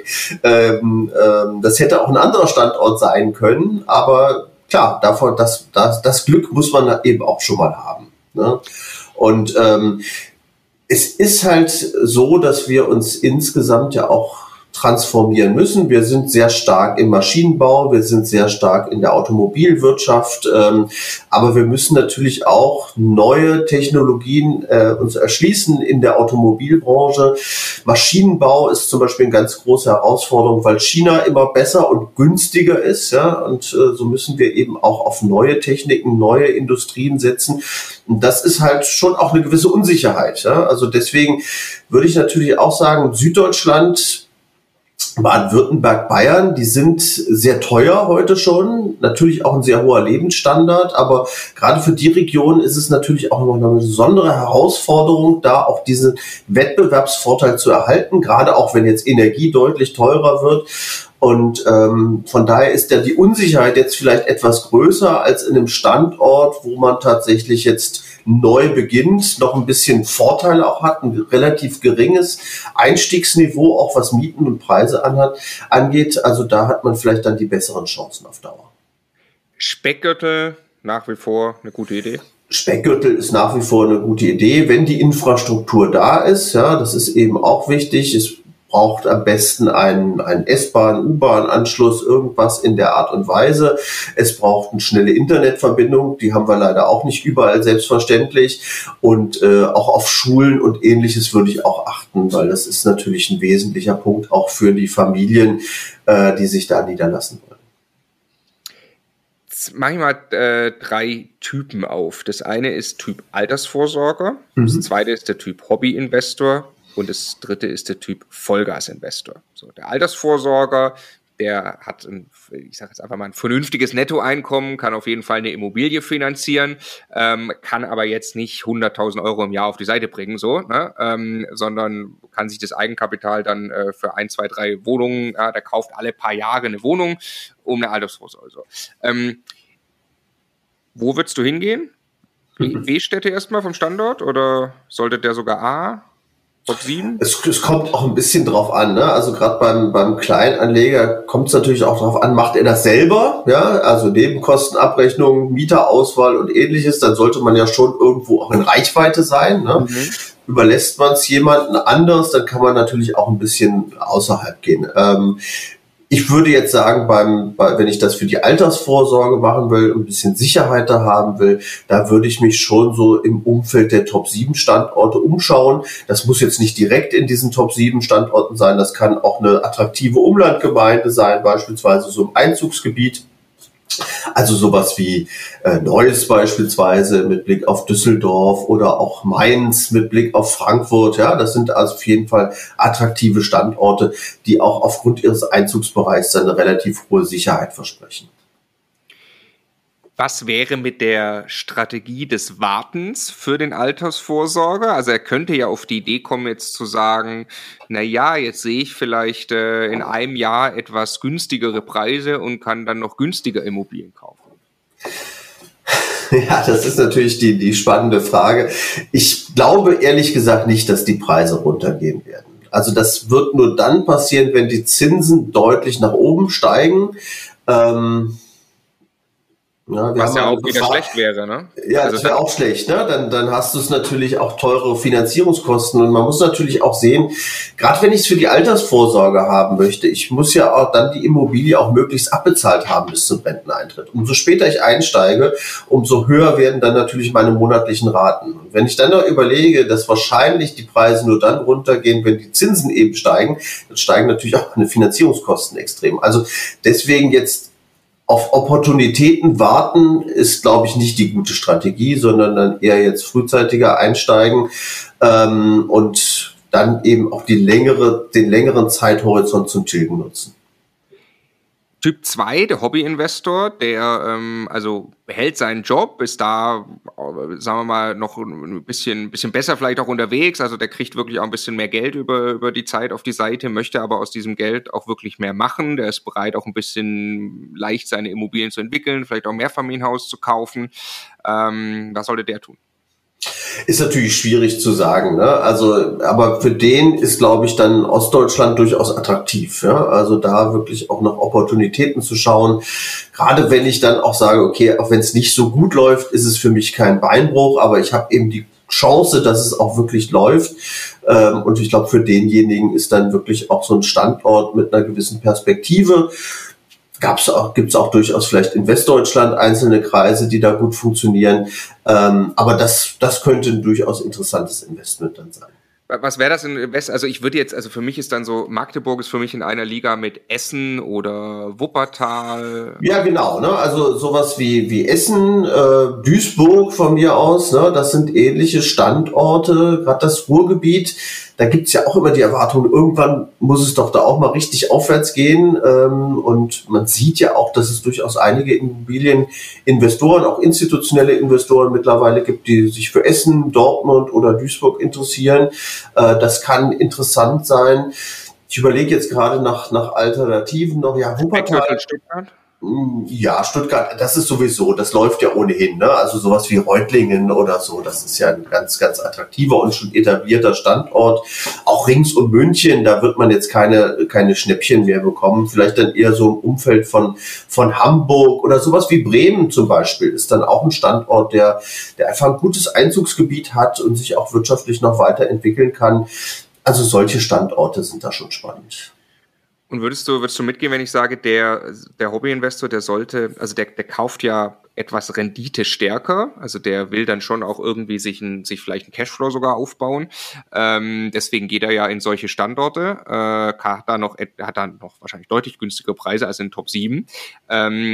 Das hätte auch ein anderer Standort sein können. Aber klar, das Glück muss man eben auch schon mal haben. Ne? Und es ist halt so, dass wir uns insgesamt ja auch transformieren müssen. Wir sind sehr stark im Maschinenbau, wir sind sehr stark in der Automobilwirtschaft, aber wir müssen natürlich auch neue Technologien uns erschließen in der Automobilbranche. Maschinenbau ist zum Beispiel eine ganz große Herausforderung, weil China immer besser und günstiger ist, ja, und so müssen wir eben auch auf neue Techniken, neue Industrien setzen. Und das ist halt schon auch eine gewisse Unsicherheit. Ja? Also deswegen würde ich natürlich auch sagen, Süddeutschland, Baden-Württemberg, Bayern, die sind sehr teuer heute schon, natürlich auch ein sehr hoher Lebensstandard, aber gerade für die Region ist es natürlich auch noch eine besondere Herausforderung, da auch diesen Wettbewerbsvorteil zu erhalten, gerade auch wenn jetzt Energie deutlich teurer wird. Und von daher ist ja die Unsicherheit jetzt vielleicht etwas größer als in einem Standort, wo man tatsächlich jetzt neu beginnt, noch ein bisschen Vorteile auch hat, ein relativ geringes Einstiegsniveau, auch was Mieten und Preise angeht. Also da hat man vielleicht dann die besseren Chancen auf Dauer. Speckgürtel nach wie vor eine gute Idee? Speckgürtel ist nach wie vor eine gute Idee, wenn die Infrastruktur da ist. Ja, das ist eben auch wichtig. Es braucht am besten einen S-Bahn, U-Bahn-Anschluss, irgendwas in der Art und Weise. Es braucht eine schnelle Internetverbindung, die haben wir leider auch nicht überall selbstverständlich. Und auch auf Schulen und Ähnliches würde ich auch achten, weil das ist natürlich ein wesentlicher Punkt auch für die Familien, die sich da niederlassen wollen. Jetzt mache ich mal 3 Typen auf. Das eine ist Typ Altersvorsorger, das zweite ist der Typ Hobbyinvestor Und das dritte ist der Typ Vollgasinvestor. So, der Altersvorsorger, der hat, ich sage jetzt einfach mal, ein vernünftiges Nettoeinkommen, kann auf jeden Fall eine Immobilie finanzieren, kann aber jetzt nicht 100.000 Euro im Jahr auf die Seite bringen, so, ne? Sondern kann sich das Eigenkapital dann für 1, 2, 3 Wohnungen, der kauft alle paar Jahre eine Wohnung um eine Altersvorsorge. So. Wo würdest du hingehen? B-Städte erstmal vom Standort oder sollte der sogar A? Top 7? Es kommt auch ein bisschen drauf an, ne? Also gerade beim Kleinanleger kommt es natürlich auch drauf an, macht er das selber, ja? Also Nebenkostenabrechnung, Mieterauswahl und ähnliches, dann sollte man ja schon irgendwo auch in Reichweite sein, ne? Überlässt man es jemandem anders, dann kann man natürlich auch ein bisschen außerhalb gehen. Ich würde jetzt sagen, wenn ich das für die Altersvorsorge machen will, ein bisschen Sicherheit da haben will, da würde ich mich schon so im Umfeld der Top 7 Standorte umschauen. Das muss jetzt nicht direkt in diesen Top 7 Standorten sein. Das kann auch eine attraktive Umlandgemeinde sein, beispielsweise so im Einzugsgebiet. Also sowas wie Neuss beispielsweise mit Blick auf Düsseldorf oder auch Mainz mit Blick auf Frankfurt. Ja, das sind also auf jeden Fall attraktive Standorte, die auch aufgrund ihres Einzugsbereichs eine relativ hohe Sicherheit versprechen. Was wäre mit der Strategie des Wartens für den Altersvorsorger? Also er könnte ja auf die Idee kommen, jetzt zu sagen, na ja, jetzt sehe ich vielleicht in einem Jahr etwas günstigere Preise und kann dann noch günstiger Immobilien kaufen. Ja, das ist natürlich die spannende Frage. Ich glaube ehrlich gesagt nicht, dass die Preise runtergehen werden. Also das wird nur dann passieren, wenn die Zinsen deutlich nach oben steigen. Was ja auch wieder schlecht wäre, ne? Ja, das wäre auch schlecht, ne? Dann hast du es natürlich auch teure Finanzierungskosten und man muss natürlich auch sehen, gerade wenn ich es für die Altersvorsorge haben möchte, ich muss ja auch dann die Immobilie auch möglichst abbezahlt haben bis zum Renteneintritt. Umso später ich einsteige, umso höher werden dann natürlich meine monatlichen Raten. Und wenn ich dann noch überlege, dass wahrscheinlich die Preise nur dann runtergehen, wenn die Zinsen eben steigen, dann steigen natürlich auch meine Finanzierungskosten extrem. Also deswegen jetzt auf Opportunitäten warten ist, glaube ich, nicht die gute Strategie, sondern dann eher jetzt frühzeitiger einsteigen und dann eben auch den längeren Zeithorizont zum Tilgen nutzen. Typ 2, der Hobbyinvestor, der also behält seinen Job, ist da, sagen wir mal, noch ein bisschen besser vielleicht auch unterwegs, also der kriegt wirklich auch ein bisschen mehr Geld über die Zeit auf die Seite, möchte aber aus diesem Geld auch wirklich mehr machen, der ist bereit auch ein bisschen leicht seine Immobilien zu entwickeln, vielleicht auch ein Mehrfamilienhaus zu kaufen. Was sollte der tun? Ist natürlich schwierig zu sagen, ne? Also, aber für den ist, glaube ich, dann Ostdeutschland durchaus attraktiv, ja? Also da wirklich auch nach Opportunitäten zu schauen. Gerade wenn ich dann auch sage, okay, auch wenn es nicht so gut läuft, ist es für mich kein Beinbruch, aber ich habe eben die Chance, dass es auch wirklich läuft. Und ich glaube, für denjenigen ist dann wirklich auch so ein Standort mit einer gewissen Perspektive. Gibt's auch durchaus vielleicht in Westdeutschland einzelne Kreise, die da gut funktionieren. Aber das könnte ein durchaus interessantes Investment dann sein. Was wäre das in West? Also ich würde jetzt, also für mich ist dann so, Magdeburg ist für mich in einer Liga mit Essen oder Wuppertal. Ja, genau, ne? Also sowas wie Essen, Duisburg von mir aus, ne? Das sind ähnliche Standorte, gerade das Ruhrgebiet. Da gibt's ja auch immer die Erwartung, irgendwann muss es doch da auch mal richtig aufwärts gehen. Und man sieht ja auch, dass es durchaus einige Immobilieninvestoren, auch institutionelle Investoren mittlerweile gibt, die sich für Essen, Dortmund oder Duisburg interessieren. Das kann interessant sein. Ich überlege jetzt gerade nach Alternativen noch. Ja, Wuppertal. Stuttgart? Ja, Stuttgart, das ist sowieso, das läuft ja ohnehin, ne? Also sowas wie Reutlingen oder so, das ist ja ein ganz, ganz attraktiver und schon etablierter Standort. Auch rings um München, da wird man jetzt keine Schnäppchen mehr bekommen. Vielleicht dann eher so im Umfeld von Hamburg oder sowas wie Bremen zum Beispiel ist dann auch ein Standort, der einfach ein gutes Einzugsgebiet hat und sich auch wirtschaftlich noch weiterentwickeln kann. Also solche Standorte sind da schon spannend. Und würdest du mitgehen, wenn ich sage, der Hobbyinvestor, der sollte, also der kauft ja etwas Rendite stärker, also der will dann schon auch irgendwie sich vielleicht einen Cashflow sogar aufbauen. Deswegen geht er ja in solche Standorte, hat da noch wahrscheinlich deutlich günstigere Preise als in Top 7.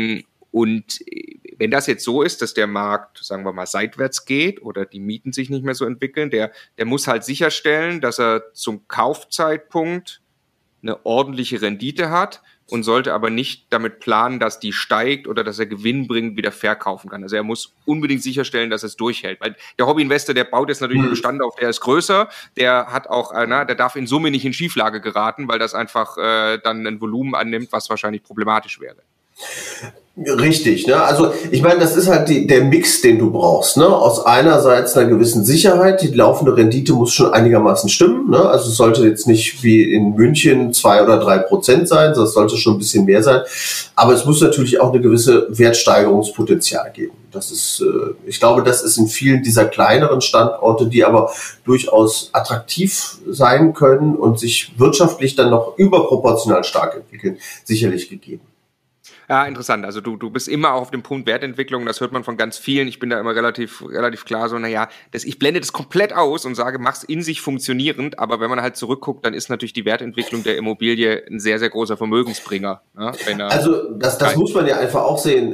Und wenn das jetzt so ist, dass der Markt, sagen wir mal, seitwärts geht oder die Mieten sich nicht mehr so entwickeln, der muss halt sicherstellen, dass er zum Kaufzeitpunkt eine ordentliche Rendite hat und sollte aber nicht damit planen, dass die steigt oder dass er Gewinn bringt, wieder verkaufen kann. Also er muss unbedingt sicherstellen, dass es durchhält. Weil der Hobbyinvestor, der baut jetzt natürlich einen Bestand auf, der ist größer, der hat auch, der darf in Summe nicht in Schieflage geraten, weil das einfach dann ein Volumen annimmt, was wahrscheinlich problematisch wäre. Richtig, ne? Also ich meine, das ist halt der Mix, den du brauchst, ne? Aus einerseits einer gewissen Sicherheit, die laufende Rendite muss schon einigermaßen stimmen, ne? Also es sollte jetzt nicht wie in München 2 oder 3% sein, das sollte schon ein bisschen mehr sein, aber es muss natürlich auch eine gewisse Wertsteigerungspotenzial geben. Das ist, ich glaube, das ist in vielen dieser kleineren Standorte, die aber durchaus attraktiv sein können und sich wirtschaftlich dann noch überproportional stark entwickeln, sicherlich gegeben. Ja, interessant. Also du bist immer auch auf dem Punkt Wertentwicklung, das hört man von ganz vielen. Ich bin da immer relativ klar so, ich blende das komplett aus und sage, mach's in sich funktionierend, aber wenn man halt zurückguckt, dann ist natürlich die Wertentwicklung der Immobilie ein sehr, sehr großer Vermögensbringer. Ne? Also das muss man ja einfach auch sehen.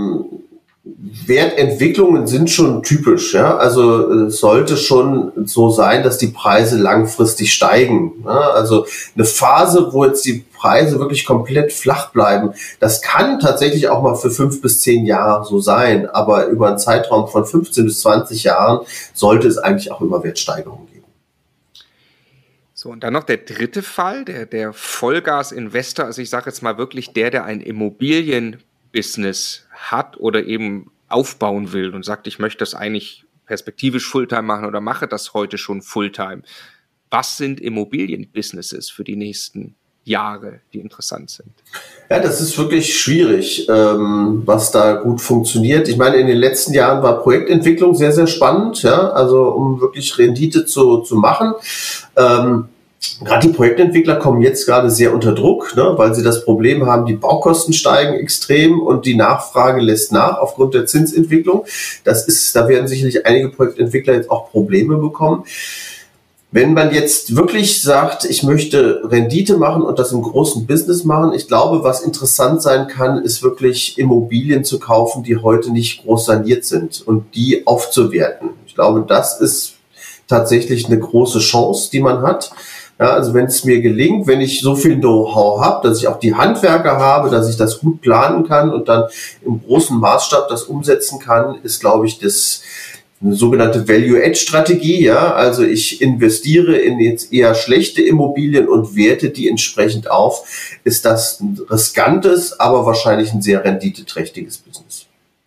Wertentwicklungen sind schon typisch, ja. Also es sollte schon so sein, dass die Preise langfristig steigen. Ja? Also eine Phase, wo jetzt die Preise wirklich komplett flach bleiben, das kann tatsächlich auch mal für 5 bis 10 Jahre so sein, aber über einen Zeitraum von 15 bis 20 Jahren sollte es eigentlich auch immer Wertsteigerungen geben. So, und dann noch der dritte Fall, der Vollgas-Investor, also ich sage jetzt mal wirklich der ein Immobilienbusiness hat oder eben aufbauen will und sagt, ich möchte das eigentlich perspektivisch Fulltime machen oder mache das heute schon Fulltime. Was sind Immobilienbusinesses für die nächsten Jahre, die interessant sind? Ja, das ist wirklich schwierig, was da gut funktioniert. Ich meine, in den letzten Jahren war Projektentwicklung sehr, sehr spannend, ja, also um wirklich Rendite zu machen. Gerade die Projektentwickler kommen jetzt gerade sehr unter Druck, ne, weil sie das Problem haben, die Baukosten steigen extrem und die Nachfrage lässt nach aufgrund der Zinsentwicklung. Da werden sicherlich einige Projektentwickler jetzt auch Probleme bekommen. Wenn man jetzt wirklich sagt, ich möchte Rendite machen und das im großen Business machen, ich glaube, was interessant sein kann, ist wirklich Immobilien zu kaufen, die heute nicht groß saniert sind und die aufzuwerten. Ich glaube, das ist tatsächlich eine große Chance, die man hat. Ja, also wenn es mir gelingt, wenn ich so viel Know-how habe, dass ich auch die Handwerker habe, dass ich das gut planen kann und dann im großen Maßstab das umsetzen kann, ist, glaube ich, eine sogenannte Value-Add-Strategie. Ja, also ich investiere in jetzt eher schlechte Immobilien und werte die entsprechend auf. Ist das ein riskantes, aber wahrscheinlich ein sehr renditeträchtiges Business.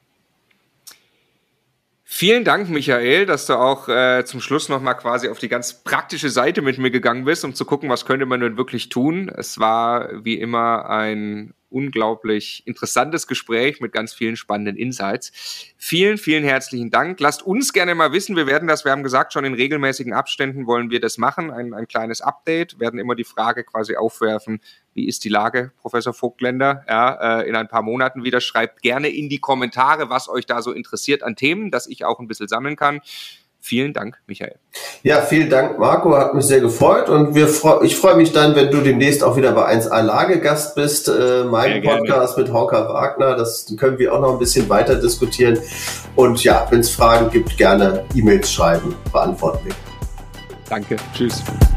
Vielen Dank, Michael, dass du auch zum Schluss nochmal quasi auf die ganz praktische Seite mit mir gegangen bist, um zu gucken, was könnte man denn wirklich tun. Es war wie immer ein unglaublich interessantes Gespräch mit ganz vielen spannenden Insights. Vielen, vielen herzlichen Dank. Lasst uns gerne mal wissen, wir haben gesagt, schon in regelmäßigen Abständen wollen wir das machen, ein kleines Update, werden immer die Frage quasi aufwerfen, wie ist die Lage, Professor Vogtländer, in ein paar Monaten wieder. Schreibt gerne in die Kommentare, was euch da so interessiert an Themen, dass ich auch ein bisschen sammeln kann. Vielen Dank, Michael. Ja, vielen Dank, Marco. Hat mich sehr gefreut. Und ich freue mich dann, wenn du demnächst auch wieder bei 1A Lage Gast bist. Mein Podcast mit Hauker Wagner. Das können wir auch noch ein bisschen weiter diskutieren. Und ja, wenn es Fragen gibt, gerne E-Mails schreiben. Beantworten wir. Danke. Tschüss.